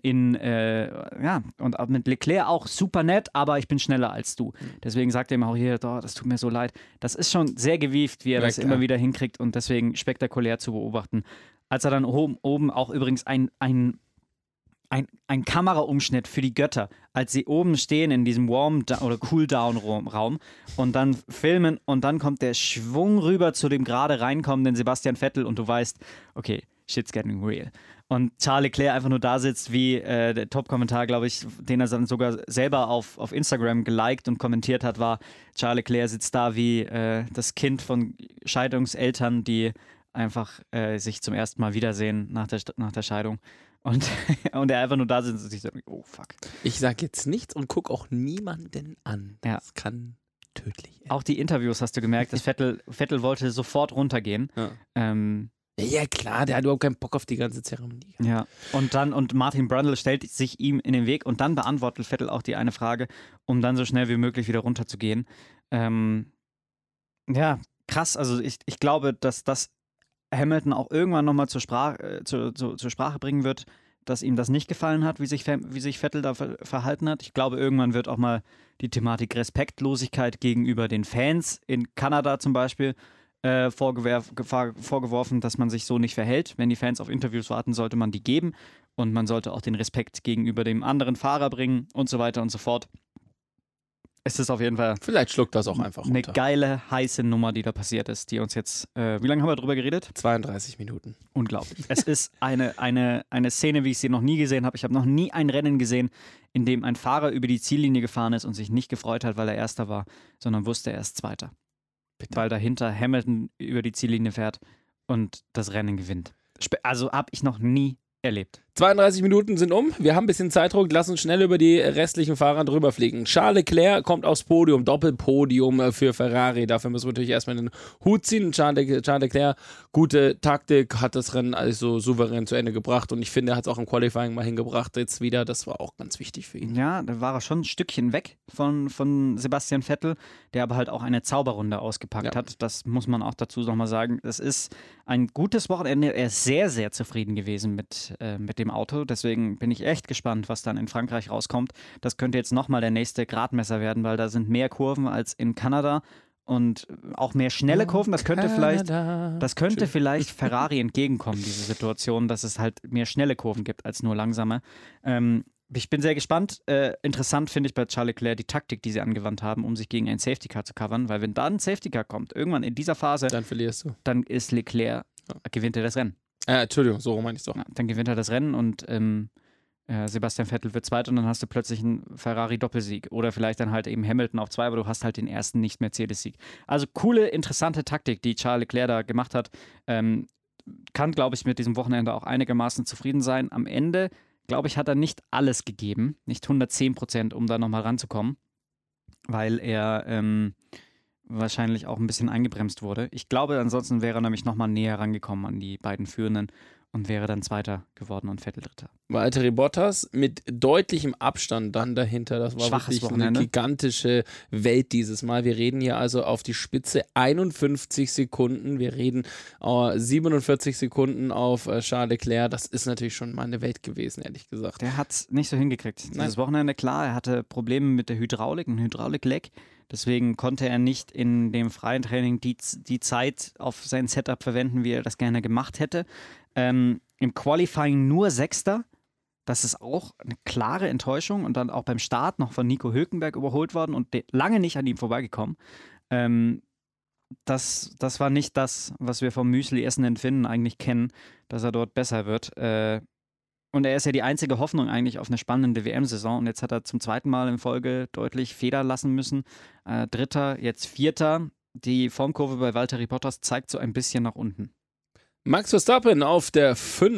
und auch mit Leclerc auch super nett, aber ich bin schneller als du. Deswegen sagt er ihm auch hier, das tut mir so leid. Das ist schon sehr gewieft, wie er das immer wieder hinkriegt und deswegen spektakulär zu beobachten. Als er dann oben auch übrigens ein Kameraumschnitt für die Götter, als sie oben stehen in diesem oder Cool-Down-Raum und dann filmen und dann kommt der Schwung rüber zu dem gerade reinkommenden Sebastian Vettel und du weißt, okay, shit's getting real. Und Charles Leclerc einfach nur da sitzt, wie der Top-Kommentar, glaube ich, den er dann sogar selber auf Instagram geliked und kommentiert hat, war, Charles Leclerc sitzt da wie das Kind von Scheidungseltern, die einfach sich zum ersten Mal wiedersehen nach der Scheidung. Und er einfach nur da sitzt und sich so, oh fuck. Ich sag jetzt nichts und guck auch niemanden an. Das kann tödlich enden. Auch die Interviews hast du gemerkt, dass Vettel wollte sofort runtergehen. Ja. Ja, klar, der hat überhaupt keinen Bock auf die ganze Zeremonie. Ja, und Martin Brundle stellt sich ihm in den Weg und dann beantwortet Vettel auch die eine Frage, um dann so schnell wie möglich wieder runterzugehen. Ja, krass, also ich glaube, dass das Hamilton auch irgendwann nochmal zur Sprache bringen wird, dass ihm das nicht gefallen hat, wie sich Vettel da verhalten hat. Ich glaube, irgendwann wird auch mal die Thematik Respektlosigkeit gegenüber den Fans in Kanada zum Beispiel vorgeworfen, dass man sich so nicht verhält. Wenn die Fans auf Interviews warten, sollte man die geben und man sollte auch den Respekt gegenüber dem anderen Fahrer bringen und so weiter und so fort. Es ist auf jeden Fall vielleicht schluckt das auch einfach runter. Eine geile, heiße Nummer, die da passiert ist, die uns jetzt, wie lange haben wir drüber geredet? 32 Minuten. Unglaublich. Es ist eine Szene, wie ich sie noch nie gesehen habe. Ich habe noch nie ein Rennen gesehen, in dem ein Fahrer über die Ziellinie gefahren ist und sich nicht gefreut hat, weil er Erster war, sondern wusste, er ist Zweiter. Bitte. Weil dahinter Hamilton über die Ziellinie fährt und das Rennen gewinnt. Also habe ich noch nie erlebt. 32 Minuten sind um. Wir haben ein bisschen Zeitdruck. Lass uns schnell über die restlichen Fahrer drüber fliegen. Charles Leclerc kommt aufs Podium. Doppelpodium für Ferrari. Dafür müssen wir natürlich erstmal den Hut ziehen. Charles Leclerc, gute Taktik, hat das Rennen also souverän zu Ende gebracht. Und ich finde, er hat es auch im Qualifying mal hingebracht. Jetzt wieder. Das war auch ganz wichtig für ihn. Ja, da war er schon ein Stückchen weg von Sebastian Vettel, der aber halt auch eine Zauberrunde ausgepackt hat. Das muss man auch dazu nochmal sagen. Das ist ein gutes Wochenende. Er ist sehr, sehr zufrieden gewesen mit dem Auto. Deswegen bin ich echt gespannt, was dann in Frankreich rauskommt. Das könnte jetzt nochmal der nächste Gradmesser werden, weil da sind mehr Kurven als in Kanada und auch mehr schnelle Kurven. Das könnte vielleicht Ferrari entgegenkommen, diese Situation, dass es halt mehr schnelle Kurven gibt als nur langsame. Ich bin sehr gespannt. Interessant finde ich bei Charles Leclerc die Taktik, die sie angewandt haben, um sich gegen ein Safety Car zu covern, weil wenn da ein Safety Car kommt, irgendwann in dieser Phase, dann verlierst du. Dann ist Leclerc, gewinnt er das Rennen. Entschuldigung, so meine ich es doch. Ja, dann gewinnt er das Rennen und Sebastian Vettel wird Zweiter und dann hast du plötzlich einen Ferrari-Doppelsieg. Oder vielleicht dann halt eben Hamilton auf 2, aber du hast halt den ersten Nicht-Mercedes-Sieg. Also coole, interessante Taktik, die Charles Leclerc da gemacht hat. Kann, glaube ich, mit diesem Wochenende auch einigermaßen zufrieden sein. Am Ende, glaube ich, hat er nicht alles gegeben, nicht 110%, um da nochmal ranzukommen, weil er wahrscheinlich auch ein bisschen eingebremst wurde. Ich glaube, ansonsten wäre er nämlich nochmal näher rangekommen an die beiden Führenden und wäre dann Zweiter geworden und Vettel Dritter. Valtteri Bottas mit deutlichem Abstand dann dahinter. Das war schwaches wirklich Wochenende. Eine gigantische Welt dieses Mal. Wir reden hier also auf die Spitze 51 Sekunden. Wir reden 47 Sekunden auf Charles Leclerc. Das ist natürlich schon mal eine Welt gewesen, ehrlich gesagt. Der hat es nicht so hingekriegt. Dieses Wochenende, klar, er hatte Probleme mit der Hydraulik, ein Hydraulikleck. Deswegen konnte er nicht in dem freien Training die Zeit auf sein Setup verwenden, wie er das gerne gemacht hätte. Im Qualifying nur Sechster. Das ist auch eine klare Enttäuschung und dann auch beim Start noch von Nico Hülkenberg überholt worden und lange nicht an ihm vorbeigekommen. Das war nicht das, was wir vom Müsli-Essen in Finnen eigentlich kennen, dass er dort besser wird. Und er ist ja die einzige Hoffnung eigentlich auf eine spannende WM-Saison. Und jetzt hat er zum zweiten Mal in Folge deutlich federn lassen müssen. Dritter, jetzt Vierter. Die Formkurve bei Valtteri Bottas zeigt so ein bisschen nach unten. Max Verstappen auf der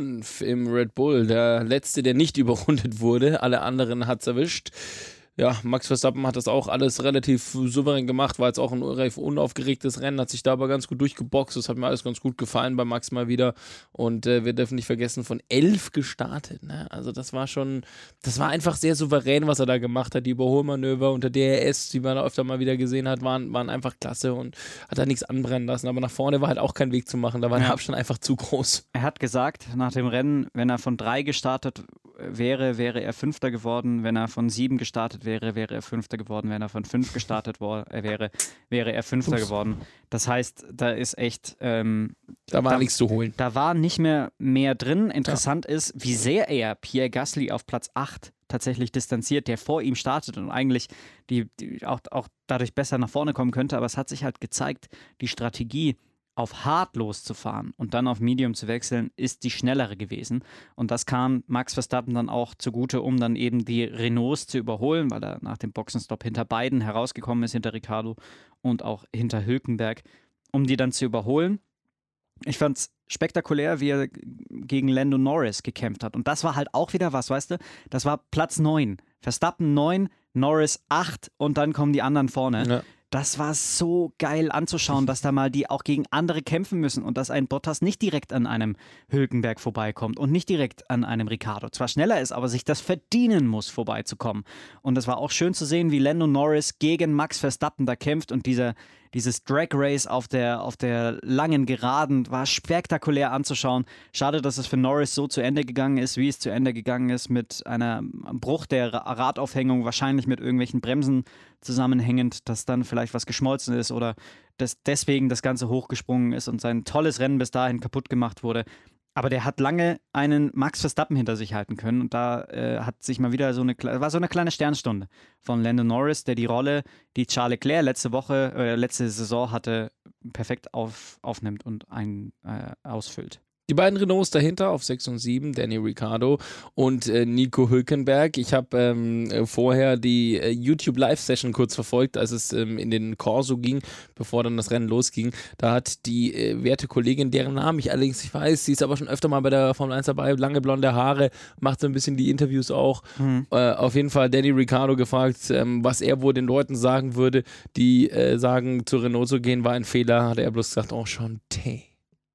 5 im Red Bull. Der letzte, der nicht überrundet wurde. Alle anderen hat es erwischt. Ja, Max Verstappen hat das auch alles relativ souverän gemacht, war jetzt auch ein relativ unaufgeregtes Rennen, hat sich da aber ganz gut durchgeboxt, das hat mir alles ganz gut gefallen bei Max mal wieder und wir dürfen nicht vergessen, von 11 gestartet, ne? Also das war einfach sehr souverän, was er da gemacht hat, die Überholmanöver unter DRS, die man da öfter mal wieder gesehen hat, waren einfach klasse und hat da nichts anbrennen lassen, aber nach vorne war halt auch kein Weg zu machen, da war der Abstand einfach zu groß. Er hat gesagt, nach dem Rennen, wenn er von 3 gestartet wäre er Fünfter geworden, wenn er von 7 gestartet wäre er Fünfter geworden, wenn er von 5 gestartet wäre er Fünfter geworden. Das heißt, da ist echt... da war nichts zu holen. Da war nicht mehr drin. Interessant ist, wie sehr er Pierre Gasly auf Platz 8 tatsächlich distanziert, der vor ihm startet und eigentlich die auch dadurch besser nach vorne kommen könnte, aber es hat sich halt gezeigt, die Strategie auf Hard loszufahren und dann auf Medium zu wechseln, ist die schnellere gewesen. Und das kam Max Verstappen dann auch zugute, um dann eben die Renaults zu überholen, weil er nach dem Boxenstopp hinter beiden herausgekommen ist, hinter Ricciardo und auch hinter Hülkenberg, um die dann zu überholen. Ich fand es spektakulär, wie er gegen Lando Norris gekämpft hat. Und das war halt auch wieder was, weißt du? Das war Platz 9. Verstappen 9, Norris 8 und dann kommen die anderen vorne. Ja. Das war so geil anzuschauen, dass da mal die auch gegen andere kämpfen müssen und dass ein Bottas nicht direkt an einem Hülkenberg vorbeikommt und nicht direkt an einem Ricciardo. Zwar schneller ist, aber sich das verdienen muss, vorbeizukommen. Und es war auch schön zu sehen, wie Lando Norris gegen Max Verstappen da kämpft und dieses Drag Race auf der langen Geraden war spektakulär anzuschauen. Schade, dass es für Norris so zu Ende gegangen ist, wie es zu Ende gegangen ist, mit einem Bruch der Radaufhängung, wahrscheinlich mit irgendwelchen Bremsen zusammenhängend, dass dann vielleicht was geschmolzen ist oder dass deswegen das Ganze hochgesprungen ist und sein tolles Rennen bis dahin kaputt gemacht wurde. Aber der hat lange einen Max Verstappen hinter sich halten können und da hat sich mal wieder so eine kleine Sternstunde von Lando Norris, der die Rolle, die Charles Leclerc letzte Saison hatte, perfekt aufnimmt und ausfüllt. Die beiden Renaults dahinter auf 6 und 7, Danny Ricciardo und Nico Hülkenberg. Ich habe vorher die YouTube-Live-Session kurz verfolgt, als es in den Corso ging, bevor dann das Rennen losging. Da hat die werte Kollegin, deren Namen ich allerdings nicht weiß, sie ist aber schon öfter mal bei der Formel 1 dabei, lange blonde Haare, macht so ein bisschen die Interviews auch. Auf jeden Fall Danny Ricciardo gefragt, was er wohl den Leuten sagen würde, die sagen, zu Renault zu gehen, war ein Fehler. Hat er bloß gesagt, enchanté.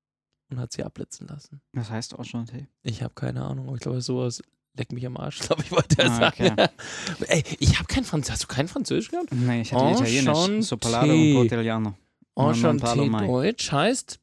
Und hat sie abblitzen lassen. Was heißt enchanté? Ich habe keine Ahnung. Ich glaube, sowas leck mich am Arsch, glaube ich, wollte er sagen. Okay. Ey, ich habe kein Französisch. Hast du kein Französisch gehabt? Nein, ich hatte Italienisch. Sopalado und Portigliano. Enchanté Deutsch heißt,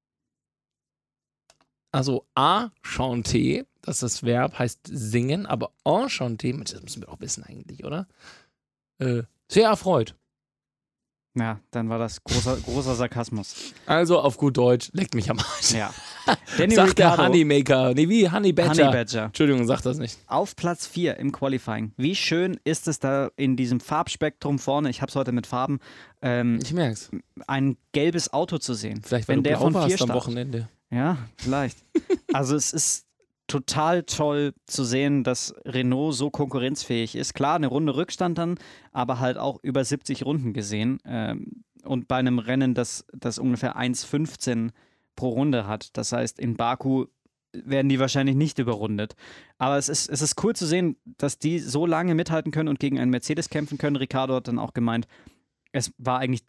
also enchanté, das ist das Verb, heißt singen, aber enchanté, das müssen wir auch wissen eigentlich, oder? Sehr erfreut. Ja, dann war das großer Sarkasmus. Also auf gut Deutsch, leckt mich am Arsch. Ja. Sagt der Honeymaker. Nee, wie Honey Badger. Honey Badger. Entschuldigung, sag das nicht. Auf Platz 4 im Qualifying. Wie schön ist es da in diesem Farbspektrum vorne, ich hab's heute mit Farben, ich merk's. ein gelbes Auto zu sehen. Vielleicht, wenn der von 4 am Wochenende. Ja, vielleicht. Also es ist total toll zu sehen, dass Renault so konkurrenzfähig ist. Klar, eine Runde Rückstand dann, aber halt auch über 70 Runden gesehen. Und bei einem Rennen, das ungefähr 1,15 pro Runde hat. Das heißt, in Baku werden die wahrscheinlich nicht überrundet. Aber es ist cool zu sehen, dass die so lange mithalten können und gegen einen Mercedes kämpfen können. Ricciardo hat dann auch gemeint, es war eigentlich dumm,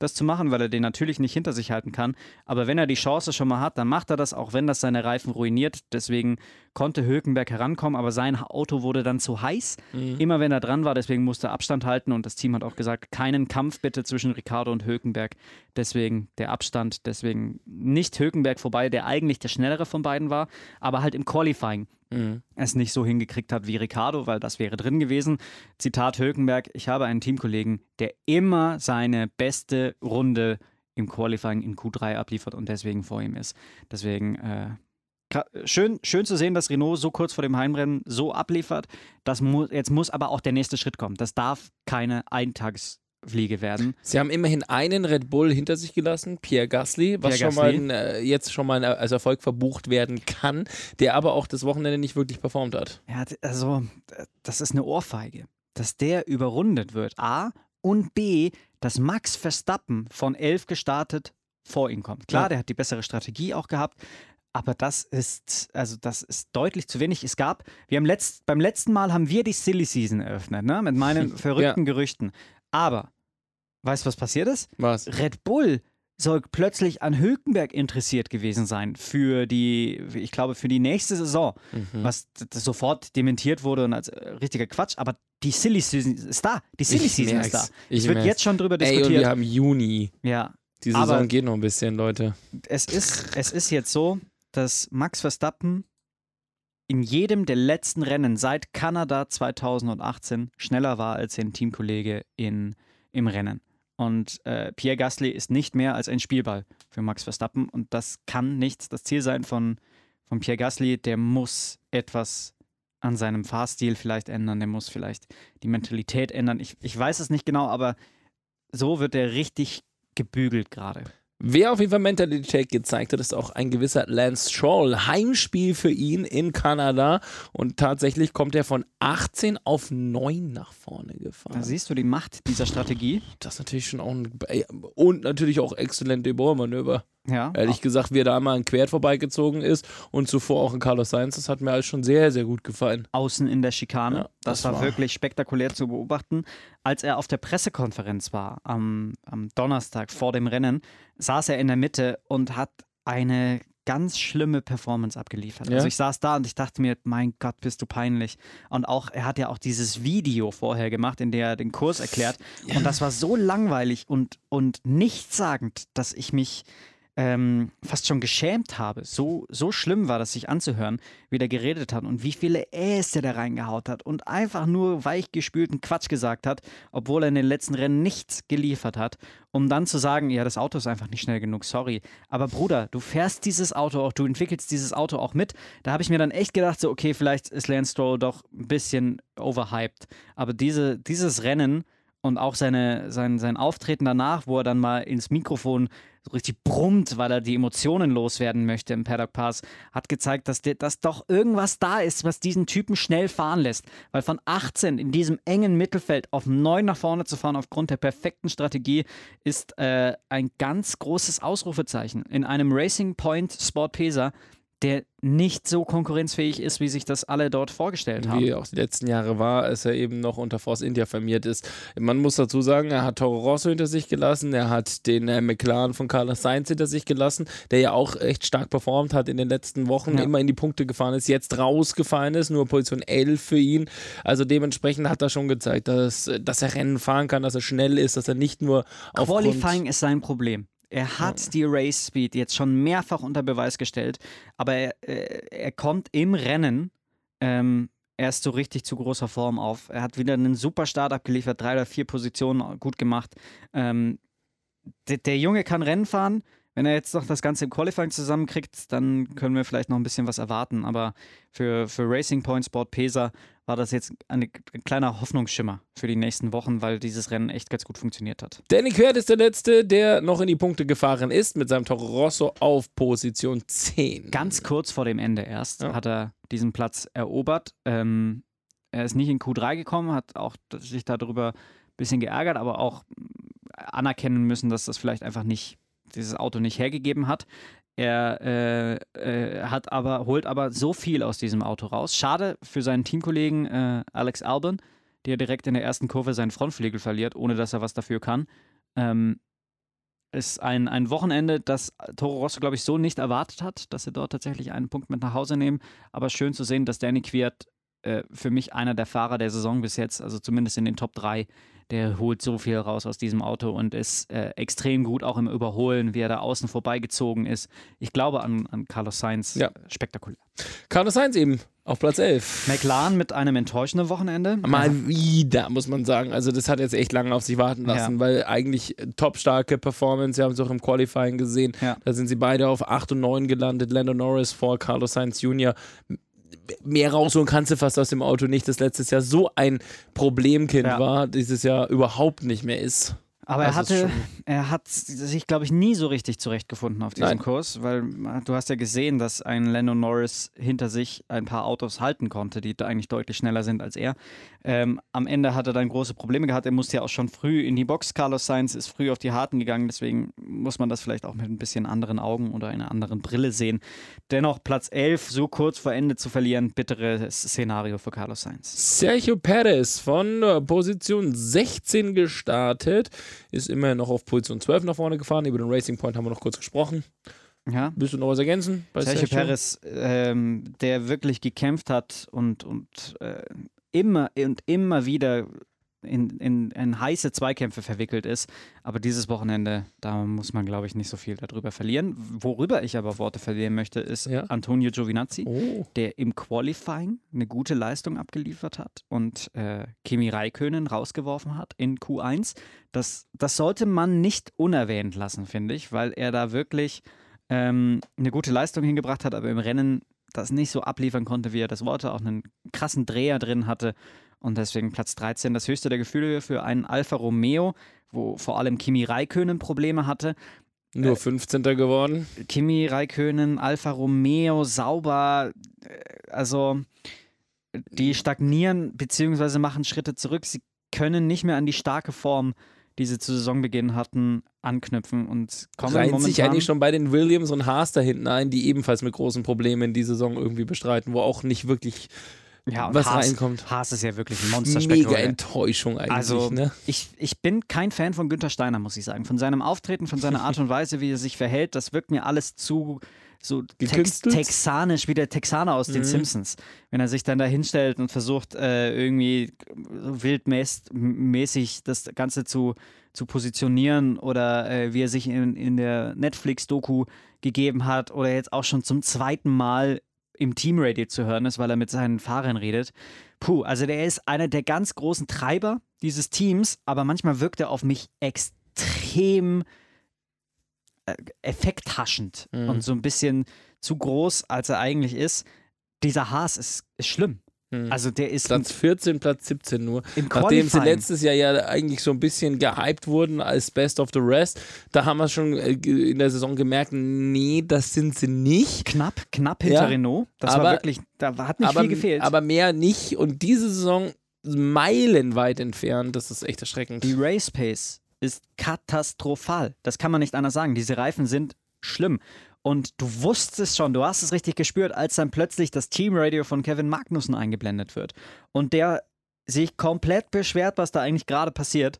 das zu machen, weil er den natürlich nicht hinter sich halten kann. Aber wenn er die Chance schon mal hat, dann macht er das, auch wenn das seine Reifen ruiniert. Deswegen konnte Hülkenberg herankommen, aber sein Auto wurde dann zu heiß. Immer wenn er dran war, deswegen musste er Abstand halten. Und das Team hat auch gesagt, keinen Kampf bitte zwischen Ricciardo und Hülkenberg. Deswegen der Abstand, deswegen nicht Hülkenberg vorbei, der eigentlich der schnellere von beiden war, aber halt im Qualifying es nicht so hingekriegt hat wie Ricciardo, weil das wäre drin gewesen. Zitat Hülkenberg, ich habe einen Teamkollegen, der immer seine beste Runde im Qualifying in Q3 abliefert und deswegen vor ihm ist. Deswegen schön zu sehen, dass Renault so kurz vor dem Heimrennen so abliefert. Jetzt muss aber auch der nächste Schritt kommen. Das darf keine Eintagsfliege werden. Sie haben immerhin einen Red Bull hinter sich gelassen, Pierre Gasly, was jetzt schon mal als Erfolg verbucht werden kann, der aber auch das Wochenende nicht wirklich performt hat. Ja, also das ist eine Ohrfeige, dass der überrundet wird, A, und B, dass Max Verstappen von 11 gestartet vor ihm kommt. Klar, der hat die bessere Strategie auch gehabt, aber das ist deutlich zu wenig. Beim letzten Mal haben wir die Silly Season eröffnet, ne? Mit meinen verrückten Gerüchten. Aber, weißt du, was passiert ist? Was? Red Bull soll plötzlich an Hülkenberg interessiert gewesen sein für die nächste Saison, was sofort dementiert wurde und als richtiger Quatsch, aber die Silly Season ist da. Die Silly Season ist da. Es wird jetzt schon drüber diskutiert. Und wir haben Juni. Ja. Die Saison geht noch ein bisschen, Leute. Es ist jetzt so, dass Max Verstappen in jedem der letzten Rennen seit Kanada 2018 schneller war als sein Teamkollege im Rennen. Und Pierre Gasly ist nicht mehr als ein Spielball für Max Verstappen. Und das kann nicht das Ziel sein von Pierre Gasly. Der muss etwas an seinem Fahrstil vielleicht ändern. Der muss vielleicht die Mentalität ändern. Ich weiß es nicht genau, aber so wird er richtig gebügelt gerade. Wer auf jeden Fall Mentalität gezeigt hat, ist auch ein gewisser Lance Stroll. Heimspiel für ihn in Kanada und tatsächlich kommt er von 18 auf 9 nach vorne gefahren. Da siehst du die Macht dieser Strategie. Das ist natürlich schon auch und natürlich auch exzellente Überholmanöver. Ja. Ehrlich gesagt, wie er da einmal ein Quert vorbeigezogen ist und zuvor auch ein Carlos Sainz, das hat mir alles schon sehr, sehr gut gefallen. Außen in der Schikane. Ja, das war wirklich spektakulär zu beobachten. Als er auf der Pressekonferenz war, am Donnerstag vor dem Rennen, saß er in der Mitte und hat eine ganz schlimme Performance abgeliefert. Ja. Also ich saß da und ich dachte mir, mein Gott, bist du peinlich. Und auch, er hat ja auch dieses Video vorher gemacht, in dem er den Kurs erklärt. Ja. Und das war so langweilig und nichtssagend, dass ich mich fast schon geschämt habe. So schlimm war das, sich anzuhören, wie der geredet hat und wie viele Äste der reingehaut hat und einfach nur weichgespülten Quatsch gesagt hat, obwohl er in den letzten Rennen nichts geliefert hat, um dann zu sagen, ja, das Auto ist einfach nicht schnell genug, sorry. Aber Bruder, du fährst dieses Auto auch, du entwickelst dieses Auto auch mit. Da habe ich mir dann echt gedacht, so okay, vielleicht ist Lance Stroll doch ein bisschen overhyped. Aber dieses Rennen und auch sein Auftreten danach, wo er dann mal ins Mikrofon so richtig brummt, weil er die Emotionen loswerden möchte im Paddock Pass, hat gezeigt, dass doch irgendwas da ist, was diesen Typen schnell fahren lässt. Weil von 18 in diesem engen Mittelfeld auf 9 nach vorne zu fahren aufgrund der perfekten Strategie ist ein ganz großes Ausrufezeichen. In einem Racing Point Sport Pesa, der nicht so konkurrenzfähig ist, wie sich das alle dort vorgestellt haben. Wie auch die letzten Jahre war, als er eben noch unter Force India firmiert ist. Man muss dazu sagen, er hat Toro Rosso hinter sich gelassen, er hat den McLaren von Carlos Sainz hinter sich gelassen, der ja auch echt stark performt hat in den letzten Wochen, immer in die Punkte gefahren ist, jetzt rausgefallen ist, nur Position 11 für ihn. Also dementsprechend hat er schon gezeigt, dass er Rennen fahren kann, dass er schnell ist, dass er nicht nur Qualifying ist sein Problem. Er hat die Race Speed jetzt schon mehrfach unter Beweis gestellt, aber er kommt im Rennen erst so richtig zu großer Form auf. Er hat wieder einen super Start abgeliefert, 3 oder 4 Positionen gut gemacht. Der Junge kann Rennen fahren. Wenn er jetzt noch das Ganze im Qualifying zusammenkriegt, dann können wir vielleicht noch ein bisschen was erwarten. Aber für Racing Point Sport Pesa war das jetzt ein kleiner Hoffnungsschimmer für die nächsten Wochen, weil dieses Rennen echt ganz gut funktioniert hat. Danny Quert ist der Letzte, der noch in die Punkte gefahren ist, mit seinem Toro Rosso auf Position 10. Ganz kurz vor dem Ende erst hat er diesen Platz erobert. Er ist nicht in Q3 gekommen, hat auch sich darüber ein bisschen geärgert, aber auch anerkennen müssen, dass das vielleicht einfach nicht dieses Auto nicht hergegeben hat. Er holt aber so viel aus diesem Auto raus. Schade für seinen Teamkollegen Alex Albon, der direkt in der ersten Kurve seinen Frontflügel verliert, ohne dass er was dafür kann. ist ein Wochenende, das Toro Rosso, glaube ich, so nicht erwartet hat, dass sie dort tatsächlich einen Punkt mit nach Hause nehmen. Aber schön zu sehen, dass Danny Kvyat für mich einer der Fahrer der Saison bis jetzt, also zumindest in den Top 3, der holt so viel raus aus diesem Auto und ist extrem gut auch im Überholen, wie er da außen vorbeigezogen ist. Ich glaube an Carlos Sainz, spektakulär. Carlos Sainz eben auf Platz 11. McLaren mit einem enttäuschenden Wochenende. Mal wieder, muss man sagen. Also das hat jetzt echt lange auf sich warten lassen, weil eigentlich topstarke Performance, wir haben es auch im Qualifying gesehen, da sind sie beide auf 8 und 9 gelandet, Lando Norris vor Carlos Sainz Jr., mehr rausholen kannst du fast aus dem Auto nicht, das letztes Jahr so ein Problemkind war, dieses Jahr überhaupt nicht mehr ist. Aber er hat sich, glaube ich, nie so richtig zurechtgefunden auf diesem Kurs, weil du hast ja gesehen, dass ein Lando Norris hinter sich ein paar Autos halten konnte, die eigentlich deutlich schneller sind als er. Am Ende hat er dann große Probleme gehabt. Er musste ja auch schon früh in die Box. Carlos Sainz ist früh auf die Harten gegangen, deswegen muss man das vielleicht auch mit ein bisschen anderen Augen oder einer anderen Brille sehen. Dennoch Platz 11 so kurz vor Ende zu verlieren, bitteres Szenario für Carlos Sainz. Sergio Perez von Position 16 gestartet, ist immerhin noch auf Position 12 nach vorne gefahren. Über den Racing Point haben wir noch kurz gesprochen. Ja. Willst du noch was ergänzen? Bei Sergio Perez, der wirklich gekämpft hat und immer wieder in heiße Zweikämpfe verwickelt ist. Aber dieses Wochenende, da muss man, glaube ich, nicht so viel darüber verlieren. Worüber ich aber Worte verlieren möchte, ist Antonio Giovinazzi, der im Qualifying eine gute Leistung abgeliefert hat und Kimi Räikkönen rausgeworfen hat in Q1. Das sollte man nicht unerwähnt lassen, finde ich, weil er da wirklich eine gute Leistung hingebracht hat, aber im Rennen das nicht so abliefern konnte, wie er das wollte, auch einen krassen Dreher drin hatte und deswegen Platz 13, das höchste der Gefühle für einen Alfa Romeo, wo vor allem Kimi Räikkönen Probleme hatte. Nur 15. geworden. Kimi Räikkönen, Alfa Romeo, sauber, also die stagnieren bzw. machen Schritte zurück. Sie können nicht mehr an die starke Form, die sie zu Saisonbeginn hatten, anknüpfen und kommen reihen momentan sich eigentlich schon bei den Williams und Haas da hinten ein, die ebenfalls mit großen Problemen in die Saison irgendwie bestreiten, wo auch nicht wirklich was reinkommt. Haas ist ja wirklich ein Monsterspektakel. Mega Enttäuschung eigentlich. Also ne? ich bin kein Fan von Günther Steiner, muss ich sagen. Von seinem Auftreten, von seiner Art und Weise, wie er sich verhält, das wirkt mir alles zu so texanisch, wie der Texaner aus den Simpsons. Wenn er sich dann da hinstellt und versucht, irgendwie so wildmäßig das Ganze zu positionieren oder wie er sich in der Netflix-Doku gegeben hat oder jetzt auch schon zum zweiten Mal im Teamradio zu hören ist, weil er mit seinen Fahrern redet. Also der ist einer der ganz großen Treiber dieses Teams, aber manchmal wirkt er auf mich extrem effekthaschend und so ein bisschen zu groß, als er eigentlich ist. Dieser Haas ist schlimm. Also der ist Platz 14, Platz 17 nur. Im Nachdem sie Qualifying. letztes Jahr ja eigentlich so ein bisschen gehypt wurden als Best of the Rest, da haben wir schon in der Saison gemerkt, nee, das sind sie nicht. Knapp hinter Renault. Das war wirklich, da hat nicht viel gefehlt. Aber mehr nicht. Und diese Saison meilenweit entfernt, das ist echt erschreckend. Die Race Pace ist katastrophal. Das kann man nicht anders sagen. Diese Reifen sind schlimm. Und du wusstest schon, du hast es richtig gespürt, als dann plötzlich das Teamradio von Kevin Magnussen eingeblendet wird. Und der sich komplett beschwert, was da eigentlich gerade passiert.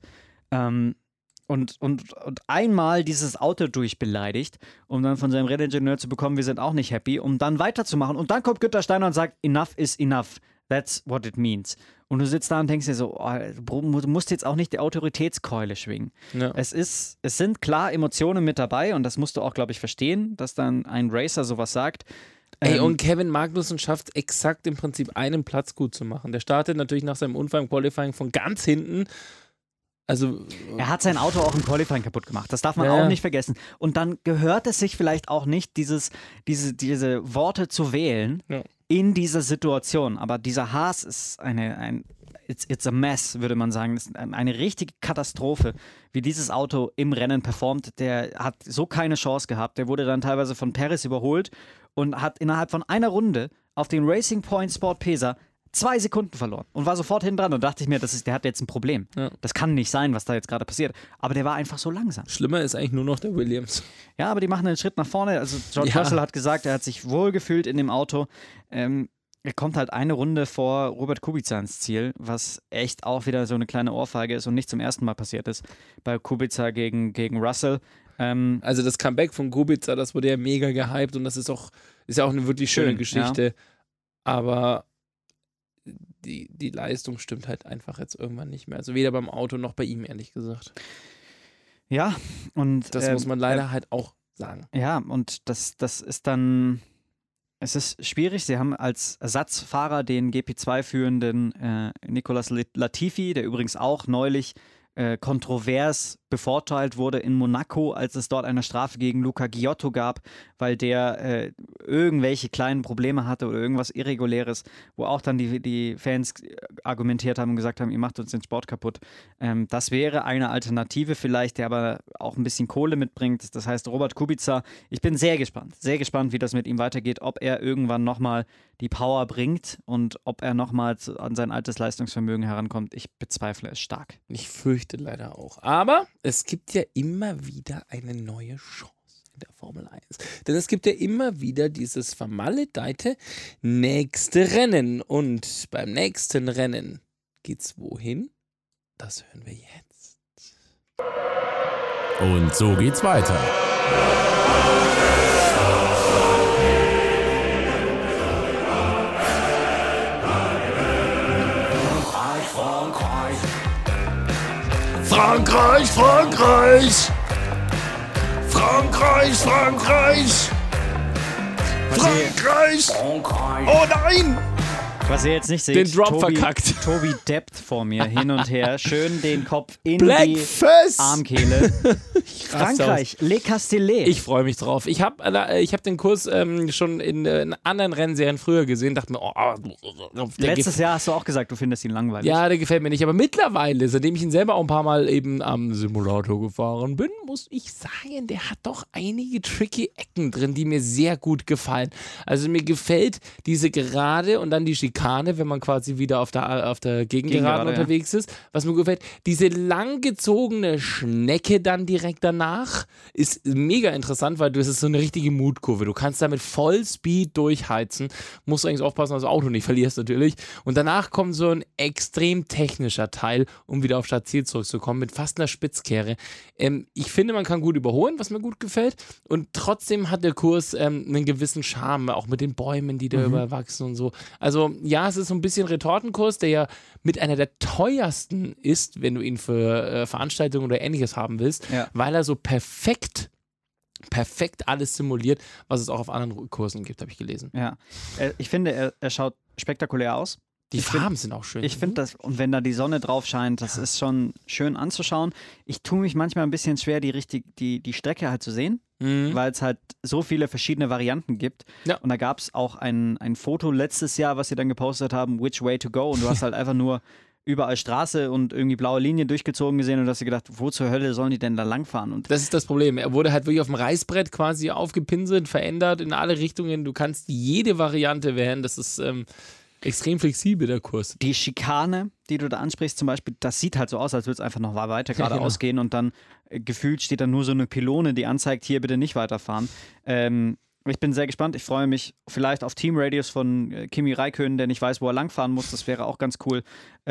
Und einmal dieses Auto durchbeleidigt, um dann von seinem Renningenieur zu bekommen, wir sind auch nicht happy, um dann weiterzumachen. Und dann kommt Günther Steiner und sagt, enough is enough. That's what it means. Und du sitzt da und denkst dir so, du musst jetzt auch nicht die Autoritätskeule schwingen. Ja. Es sind klar Emotionen mit dabei und das musst du auch, glaube ich, verstehen, dass dann ein Racer sowas sagt. Und Kevin Magnussen schafft es exakt im Prinzip einen Platz gut zu machen. Der startet natürlich nach seinem Unfall im Qualifying von ganz hinten. Also, er hat sein Auto auch im Qualifying kaputt gemacht. Das darf man auch nicht vergessen. Und dann gehört es sich vielleicht auch nicht, diese Worte zu wählen in dieser Situation. Aber dieser Haas ist it's a mess, würde man sagen. Das ist eine richtige Katastrophe, wie dieses Auto im Rennen performt. Der hat so keine Chance gehabt. Der wurde dann teilweise von Perez überholt und hat innerhalb von einer Runde auf den Racing Point Sport Pesa 2 Sekunden verloren und war sofort hinten dran und dachte ich mir, der hat jetzt ein Problem. Ja. Das kann nicht sein, was da jetzt gerade passiert. Aber der war einfach so langsam. Schlimmer ist eigentlich nur noch der Williams. Ja, aber die machen einen Schritt nach vorne. Also George Russell hat gesagt, er hat sich wohlgefühlt in dem Auto. Er kommt halt eine Runde vor Robert Kubica ins Ziel, was echt auch wieder so eine kleine Ohrfeige ist und nicht zum ersten Mal passiert ist. Bei Kubica gegen Russell. Also das Comeback von Kubica, das wurde ja mega gehypt und das ist ja auch eine wirklich schöne Geschichte. Ja. Aber die Leistung stimmt halt einfach jetzt irgendwann nicht mehr. Also weder beim Auto noch bei ihm, ehrlich gesagt. Ja, und das muss man leider halt auch sagen. Ja, und das ist dann, es ist schwierig. Sie haben als Ersatzfahrer den GP2-führenden Nicolas Latifi, der übrigens auch neulich kontrovers bevorteilt wurde in Monaco, als es dort eine Strafe gegen Luca Ghiotto gab, weil der irgendwelche kleinen Probleme hatte oder irgendwas Irreguläres, wo auch dann die Fans argumentiert haben und gesagt haben, ihr macht uns den Sport kaputt. Das wäre eine Alternative vielleicht, der aber auch ein bisschen Kohle mitbringt. Das heißt, Robert Kubica, ich bin sehr gespannt, wie das mit ihm weitergeht, ob er irgendwann nochmal die Power bringt und ob er nochmal an sein altes Leistungsvermögen herankommt. Ich bezweifle es stark. Ich fürchte leider auch. Aber es gibt ja immer wieder eine neue Chance in der Formel 1. Denn es gibt ja immer wieder dieses vermaledeite nächste Rennen. Und beim nächsten Rennen geht's wohin? Das hören wir jetzt. Und so geht's weiter. Frankreich, Frankreich! Frankreich, Frankreich! Frankreich! Oh nein! Was ihr jetzt nicht seht, den Drop verkackt. Tobi deppt vor mir hin und her, schön den Kopf in Black die Fist. Armkehle. Frankreich, Le Castellet. Ich freue mich drauf. Ich hab den Kurs schon in anderen Rennserien früher gesehen, dachte mir, letztes Jahr hast du auch gesagt, du findest ihn langweilig. Ja, der gefällt mir nicht. Aber mittlerweile, seitdem ich ihn selber auch ein paar Mal eben am Simulator gefahren bin, muss ich sagen, der hat doch einige tricky Ecken drin, die mir sehr gut gefallen. Also mir gefällt diese Gerade und dann die Schikane, wenn man quasi wieder auf der Gegengeraden unterwegs ist. Was mir gefällt, diese langgezogene Schnecke dann direkt danach ist mega interessant, weil das ist so eine richtige Mutkurve. Du kannst damit Vollspeed durchheizen. Musst eigentlich aufpassen, dass du das Auto nicht verlierst natürlich. Und danach kommt so ein extrem technischer Teil, um wieder auf Startziel zurückzukommen, mit fast einer Spitzkehre. Ich finde, man kann gut überholen, was mir gut gefällt. Und trotzdem hat der Kurs einen gewissen Charme, auch mit den Bäumen, die da überwachsen und so. Also ja, es ist so ein bisschen Retortenkurs, der ja mit einer der teuersten ist, wenn du ihn für Veranstaltungen oder ähnliches haben willst, weil er so perfekt alles simuliert, was es auch auf anderen Kursen gibt, habe ich gelesen. Ja, ich finde, er schaut spektakulär aus. Die Farben sind auch schön. Ich finde das, und wenn da die Sonne drauf scheint, das ist schon schön anzuschauen. Ich tue mich manchmal ein bisschen schwer, die Strecke halt zu sehen, weil es halt so viele verschiedene Varianten gibt. Ja. Und da gab es auch ein Foto letztes Jahr, was sie dann gepostet haben, Which Way to Go. Und du hast halt einfach nur überall Straße und irgendwie blaue Linien durchgezogen gesehen und hast dir gedacht, wo zur Hölle sollen die denn da langfahren? Und das ist das Problem. Er wurde halt wirklich auf dem Reißbrett quasi aufgepinselt, verändert in alle Richtungen. Du kannst jede Variante wählen. Das ist extrem flexibel, der Kurs. Die Schikane, die du da ansprichst zum Beispiel, das sieht halt so aus, als würde es einfach noch weiter geradeaus gehen und dann gefühlt steht da nur so eine Pylone, die anzeigt, hier bitte nicht weiterfahren. Ich bin sehr gespannt. Ich freue mich vielleicht auf Teamradios von Kimi Räikkönen, der nicht weiß, wo er langfahren muss. Das wäre auch ganz cool.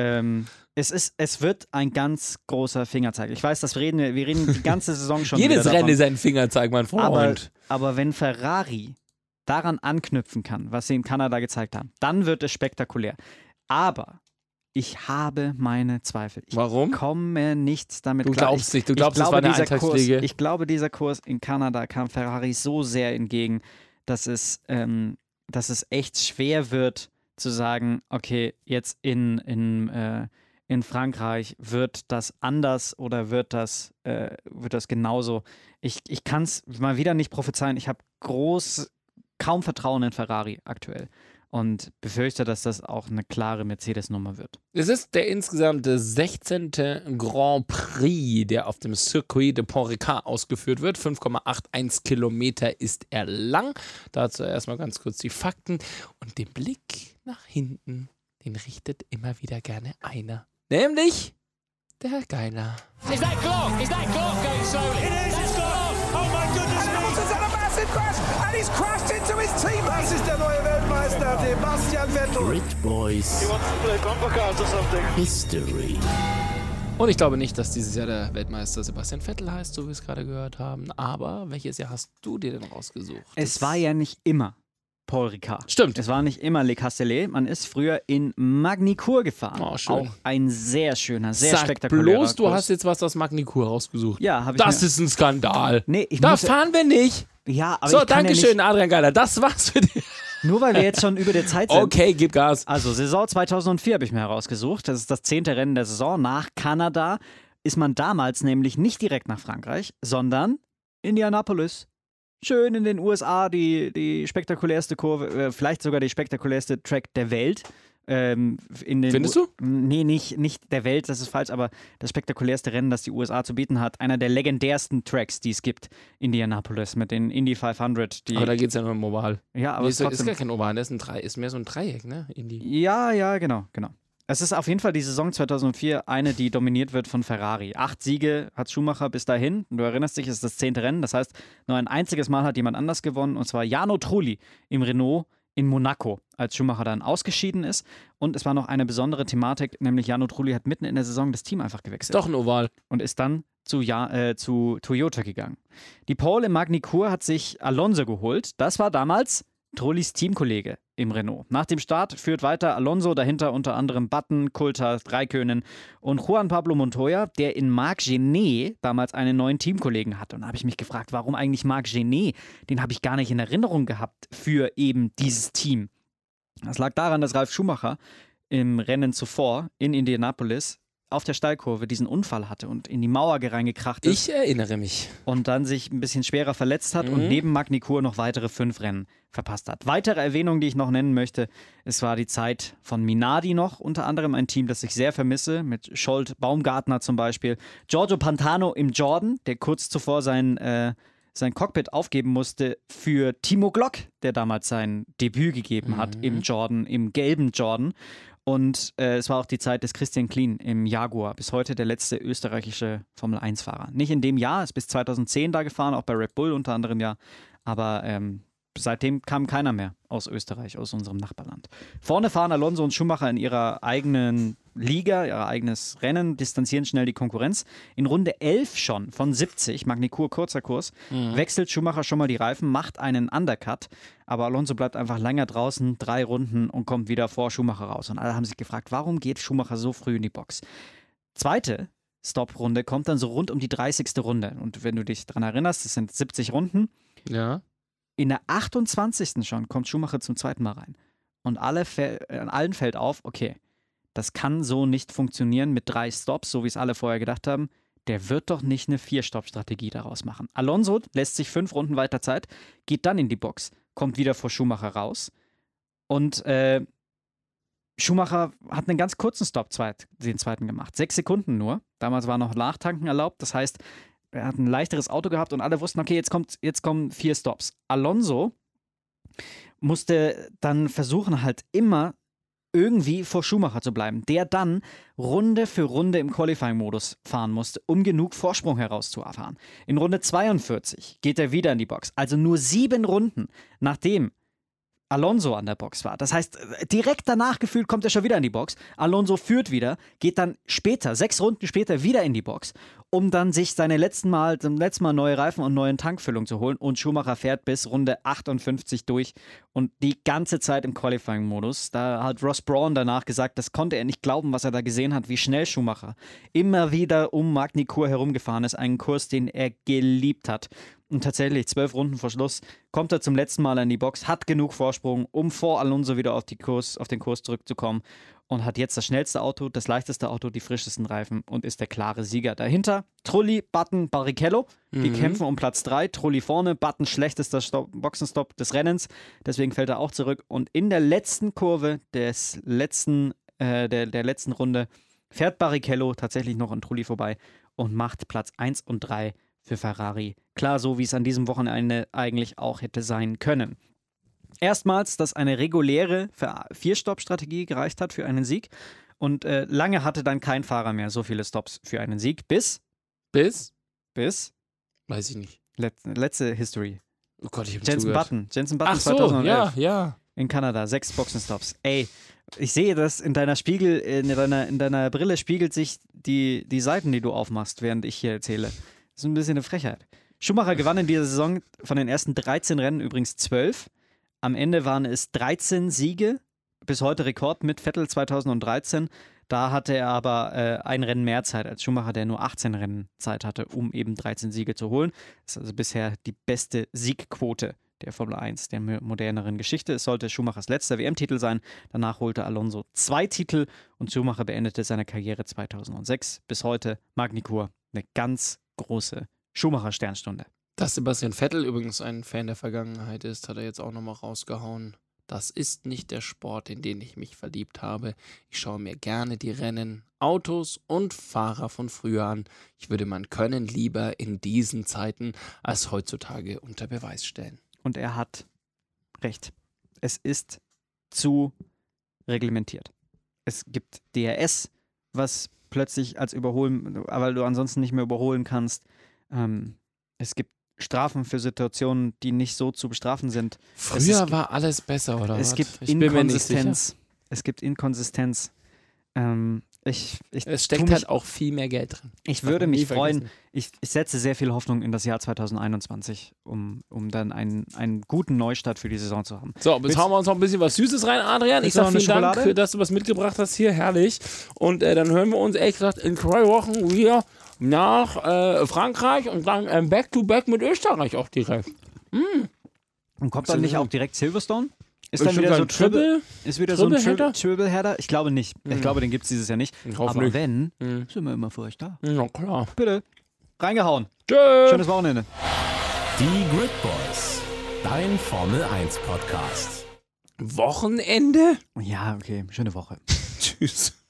Es wird ein ganz großer Fingerzeig. Ich weiß, wir reden die ganze Saison schon Jedes wieder davon. Rennen ist ein Fingerzeig, mein Freund. Aber wenn Ferrari daran anknüpfen kann, was sie in Kanada gezeigt haben, dann wird es spektakulär. Aber ich habe meine Zweifel. Warum? Ich komme nichts damit klar. Du glaubst, das war eine Eintagsfliege. Ich glaube, dieser Kurs in Kanada kam Ferrari so sehr entgegen, dass es echt schwer wird zu sagen, okay, jetzt in Frankreich wird das anders oder wird das genauso. Ich kann es mal wieder nicht prophezeien. Ich habe kaum Vertrauen in Ferrari aktuell und befürchte, dass das auch eine klare Mercedes-Nummer wird. Es ist der insgesamt 16. Grand Prix, der auf dem Circuit de Pont-Ricard ausgeführt wird. 5,81 Kilometer ist er lang. Dazu erstmal ganz kurz die Fakten. Und den Blick nach hinten, den richtet immer wieder gerne einer. Nämlich der Herr Geiler. Is that Glock? Is that Glock going slowly? It is, it's Glock! Oh my goodness me! Hamilton's had a massive crash and he's crashed into his team. Das ist der neue Weltmeister, Sebastian Vettel. Grid Boys He wants to play bumper cars or something. History. Und ich glaube nicht, dass dieses Jahr der Weltmeister Sebastian Vettel heißt, so wie wir es gerade gehört haben. Aber welches Jahr hast du dir denn rausgesucht? Es war ja nicht immer Paul Ricard. Stimmt. Es war nicht immer Le Castellet. Man ist früher in Magny-Cours gefahren. Oh, schön. Auch ein sehr schöner, sehr Sag spektakulärer bloß, du Kurs. hast jetzt was aus Magny-Cours rausgesucht. Ja, habe ich Das mir... ist ein Skandal. Nee, ich Da muss... fahren wir nicht. Ja, aber So, ich kann Dankeschön, ja Adrian Geiler. Das war's für dich. nicht... Nur weil wir jetzt schon über der Zeit sind. Okay, gib Gas. Also, Saison 2004 habe ich mir herausgesucht. Das ist das 10. Rennen der Saison. Nach Kanada ist man damals nämlich nicht direkt nach Frankreich, sondern Indianapolis. Schön in den USA, die spektakulärste Kurve, vielleicht sogar die spektakulärste Track der Welt. Findest du? Nee, nicht der Welt, das ist falsch, aber das spektakulärste Rennen, das die USA zu bieten hat. Einer der legendärsten Tracks, die es gibt. Indianapolis mit den Indy 500. Aber da geht's ja nur um Oval. Ja, aber Nee, es ist gar kein Oval, das ist mehr so ein Dreieck, ne? Ja, genau. Es ist auf jeden Fall die Saison 2004 eine, die dominiert wird von Ferrari. 8 Siege hat Schumacher bis dahin. Du erinnerst dich, es ist das 10. Rennen. Das heißt, nur ein einziges Mal hat jemand anders gewonnen, und zwar Jarno Trulli im Renault in Monaco, als Schumacher dann ausgeschieden ist. Und es war noch eine besondere Thematik, nämlich Jarno Trulli hat mitten in der Saison das Team einfach gewechselt. Doch ein Oval. Und ist dann zu Toyota gegangen. Die Pole im Magny-Cours hat sich Alonso geholt. Das war damals Trullis Teamkollege im Renault. Nach dem Start führt weiter Alonso, dahinter unter anderem Button, Coulthard, Räikkönen und Juan Pablo Montoya, der in Marc Gené damals einen neuen Teamkollegen hatte. Und da habe ich mich gefragt, warum eigentlich Marc Gené? Den habe ich gar nicht in Erinnerung gehabt für eben dieses Team. Das lag daran, dass Ralf Schumacher im Rennen zuvor in Indianapolis auf der Steilkurve diesen Unfall hatte und in die Mauer reingekracht ist. Ich erinnere mich. Und dann sich ein bisschen schwerer verletzt hat und neben Magny-Cours noch weitere 5 Rennen verpasst hat. Weitere Erwähnung, die ich noch nennen möchte, es war die Zeit von Minardi noch, unter anderem ein Team, das ich sehr vermisse, mit Scholt Baumgartner zum Beispiel. Giorgio Pantano im Jordan, der kurz zuvor sein Cockpit aufgeben musste für Timo Glock, der damals sein Debüt gegeben hat im Jordan, im gelben Jordan. Und es war auch die Zeit des Christian Klien im Jaguar, bis heute der letzte österreichische Formel-1-Fahrer. Nicht in dem Jahr, ist bis 2010 da gefahren, auch bei Red Bull unter anderem ja, aber seitdem kam keiner mehr aus Österreich, aus unserem Nachbarland. Vorne fahren Alonso und Schumacher in ihrer eigenen Liga, ihr eigenes Rennen, distanzieren schnell die Konkurrenz. In Runde 11 schon von 70, Magny-Cours, kurzer Kurs, wechselt Schumacher schon mal die Reifen, macht einen Undercut, aber Alonso bleibt einfach länger draußen, 3 Runden und kommt wieder vor Schumacher raus. Und alle haben sich gefragt, warum geht Schumacher so früh in die Box? Zweite Stop-Runde kommt dann so rund um die 30. Runde. Und wenn du dich daran erinnerst, das sind 70 Runden. Ja. In der 28. schon kommt Schumacher zum zweiten Mal rein. Und an allen fällt auf, okay, das kann so nicht funktionieren mit 3 Stops, so wie es alle vorher gedacht haben. Der wird doch nicht eine 4-Stop-Strategie daraus machen. Alonso lässt sich 5 Runden weiter Zeit, geht dann in die Box, kommt wieder vor Schumacher raus. Und Schumacher hat einen ganz kurzen Stop, den zweiten gemacht. 6 Sekunden nur. Damals war noch Nachtanken erlaubt. Das heißt, er hat ein leichteres Auto gehabt und alle wussten, okay, jetzt kommen 4 Stops. Alonso musste dann versuchen, halt immer irgendwie vor Schumacher zu bleiben, der dann Runde für Runde im Qualifying-Modus fahren musste, um genug Vorsprung herauszufahren. In Runde 42 geht er wieder in die Box. Also nur 7 Runden, nachdem Alonso an der Box war. Das heißt, direkt danach gefühlt kommt er schon wieder in die Box. Alonso führt wieder, geht dann später, 6 Runden später wieder in die Box, um dann sich zum letzten Mal neue Reifen und neue Tankfüllung zu holen. Und Schumacher fährt bis Runde 58 durch und die ganze Zeit im Qualifying-Modus. Da hat Ross Brawn danach gesagt, das konnte er nicht glauben, was er da gesehen hat, wie schnell Schumacher immer wieder um Magny-Cours herumgefahren ist. Einen Kurs, den er geliebt hat. Und tatsächlich, 12 Runden vor Schluss, kommt er zum letzten Mal in die Box, hat genug Vorsprung, um vor Alonso wieder auf den Kurs zurückzukommen und hat jetzt das schnellste Auto, das leichteste Auto, die frischesten Reifen und ist der klare Sieger. Dahinter Trulli, Button, Barrichello, die kämpfen um Platz 3. Trulli vorne, Button schlechtester Boxenstopp des Rennens, deswegen fällt er auch zurück. Und in der letzten Kurve der letzten Runde fährt Barrichello tatsächlich noch an Trulli vorbei und macht Platz 1 und 3 für Ferrari. Klar, so wie es an diesem Wochenende eigentlich auch hätte sein können. Erstmals, dass eine reguläre 4-Stop-Strategie gereicht hat für einen Sieg. Und lange hatte dann kein Fahrer mehr so viele Stops für einen Sieg. Bis? Weiß ich nicht. Letzte History. Oh Gott, ich hab Jenson zugehört. Button Ach so, 2011. ja. In Kanada, 6 Boxenstops. Ey, Ich sehe das in deiner in deiner Brille spiegelt sich die Seiten, die du aufmachst, während ich hier erzähle. Das ist ein bisschen eine Frechheit. Schumacher gewann in dieser Saison von den ersten 13 Rennen übrigens 12. Am Ende waren es 13 Siege, bis heute Rekord mit Vettel 2013. Da hatte er aber ein Rennen mehr Zeit als Schumacher, der nur 18 Rennen Zeit hatte, um eben 13 Siege zu holen. Das ist also bisher die beste Siegquote der Formel 1 der moderneren Geschichte. Es sollte Schumachers letzter WM-Titel sein. Danach holte Alonso 2 Titel und Schumacher beendete seine Karriere 2006. Bis heute Magny-Cours eine ganz große Schumacher-Sternstunde. Dass Sebastian Vettel übrigens ein Fan der Vergangenheit ist, hat er jetzt auch nochmal rausgehauen. Das ist nicht der Sport, in den ich mich verliebt habe. Ich schaue mir gerne die Rennen, Autos und Fahrer von früher an. Ich würde mein Können lieber in diesen Zeiten als heutzutage unter Beweis stellen. Und er hat recht. Es ist zu reglementiert. Es gibt DRS, was plötzlich als Überholen, weil du ansonsten nicht mehr überholen kannst. Es gibt Strafen für Situationen, die nicht so zu bestrafen sind. Früher war alles besser, oder was? Es gibt Inkonsistenz. Es gibt Inkonsistenz. Es steckt halt auch viel mehr Geld drin. Ich würde mich freuen. Ich setze sehr viel Hoffnung in das Jahr 2021, um dann einen guten Neustart für die Saison zu haben. So, jetzt hauen wir uns noch ein bisschen was Süßes rein, Adrian. Ich sage vielen Dank, dass du was mitgebracht hast hier. Herrlich. Und dann hören wir uns, ehrlich gesagt, in 2 Wochen wieder nach Frankreich und dann Back-to-Back mit Österreich auch direkt. Und kommt dann nicht auch direkt Silverstone? Ist dann wieder so ein Triple-Header? Ich glaube nicht. Ich glaube, den gibt es dieses Jahr nicht. Aber wenn, sind wir immer für euch da. Ja, klar. Bitte. Reingehauen. Tschüss. Schönes Wochenende. Die Grid Boys, dein Formel 1 Podcast. Wochenende? Ja, okay. Schöne Woche. Tschüss.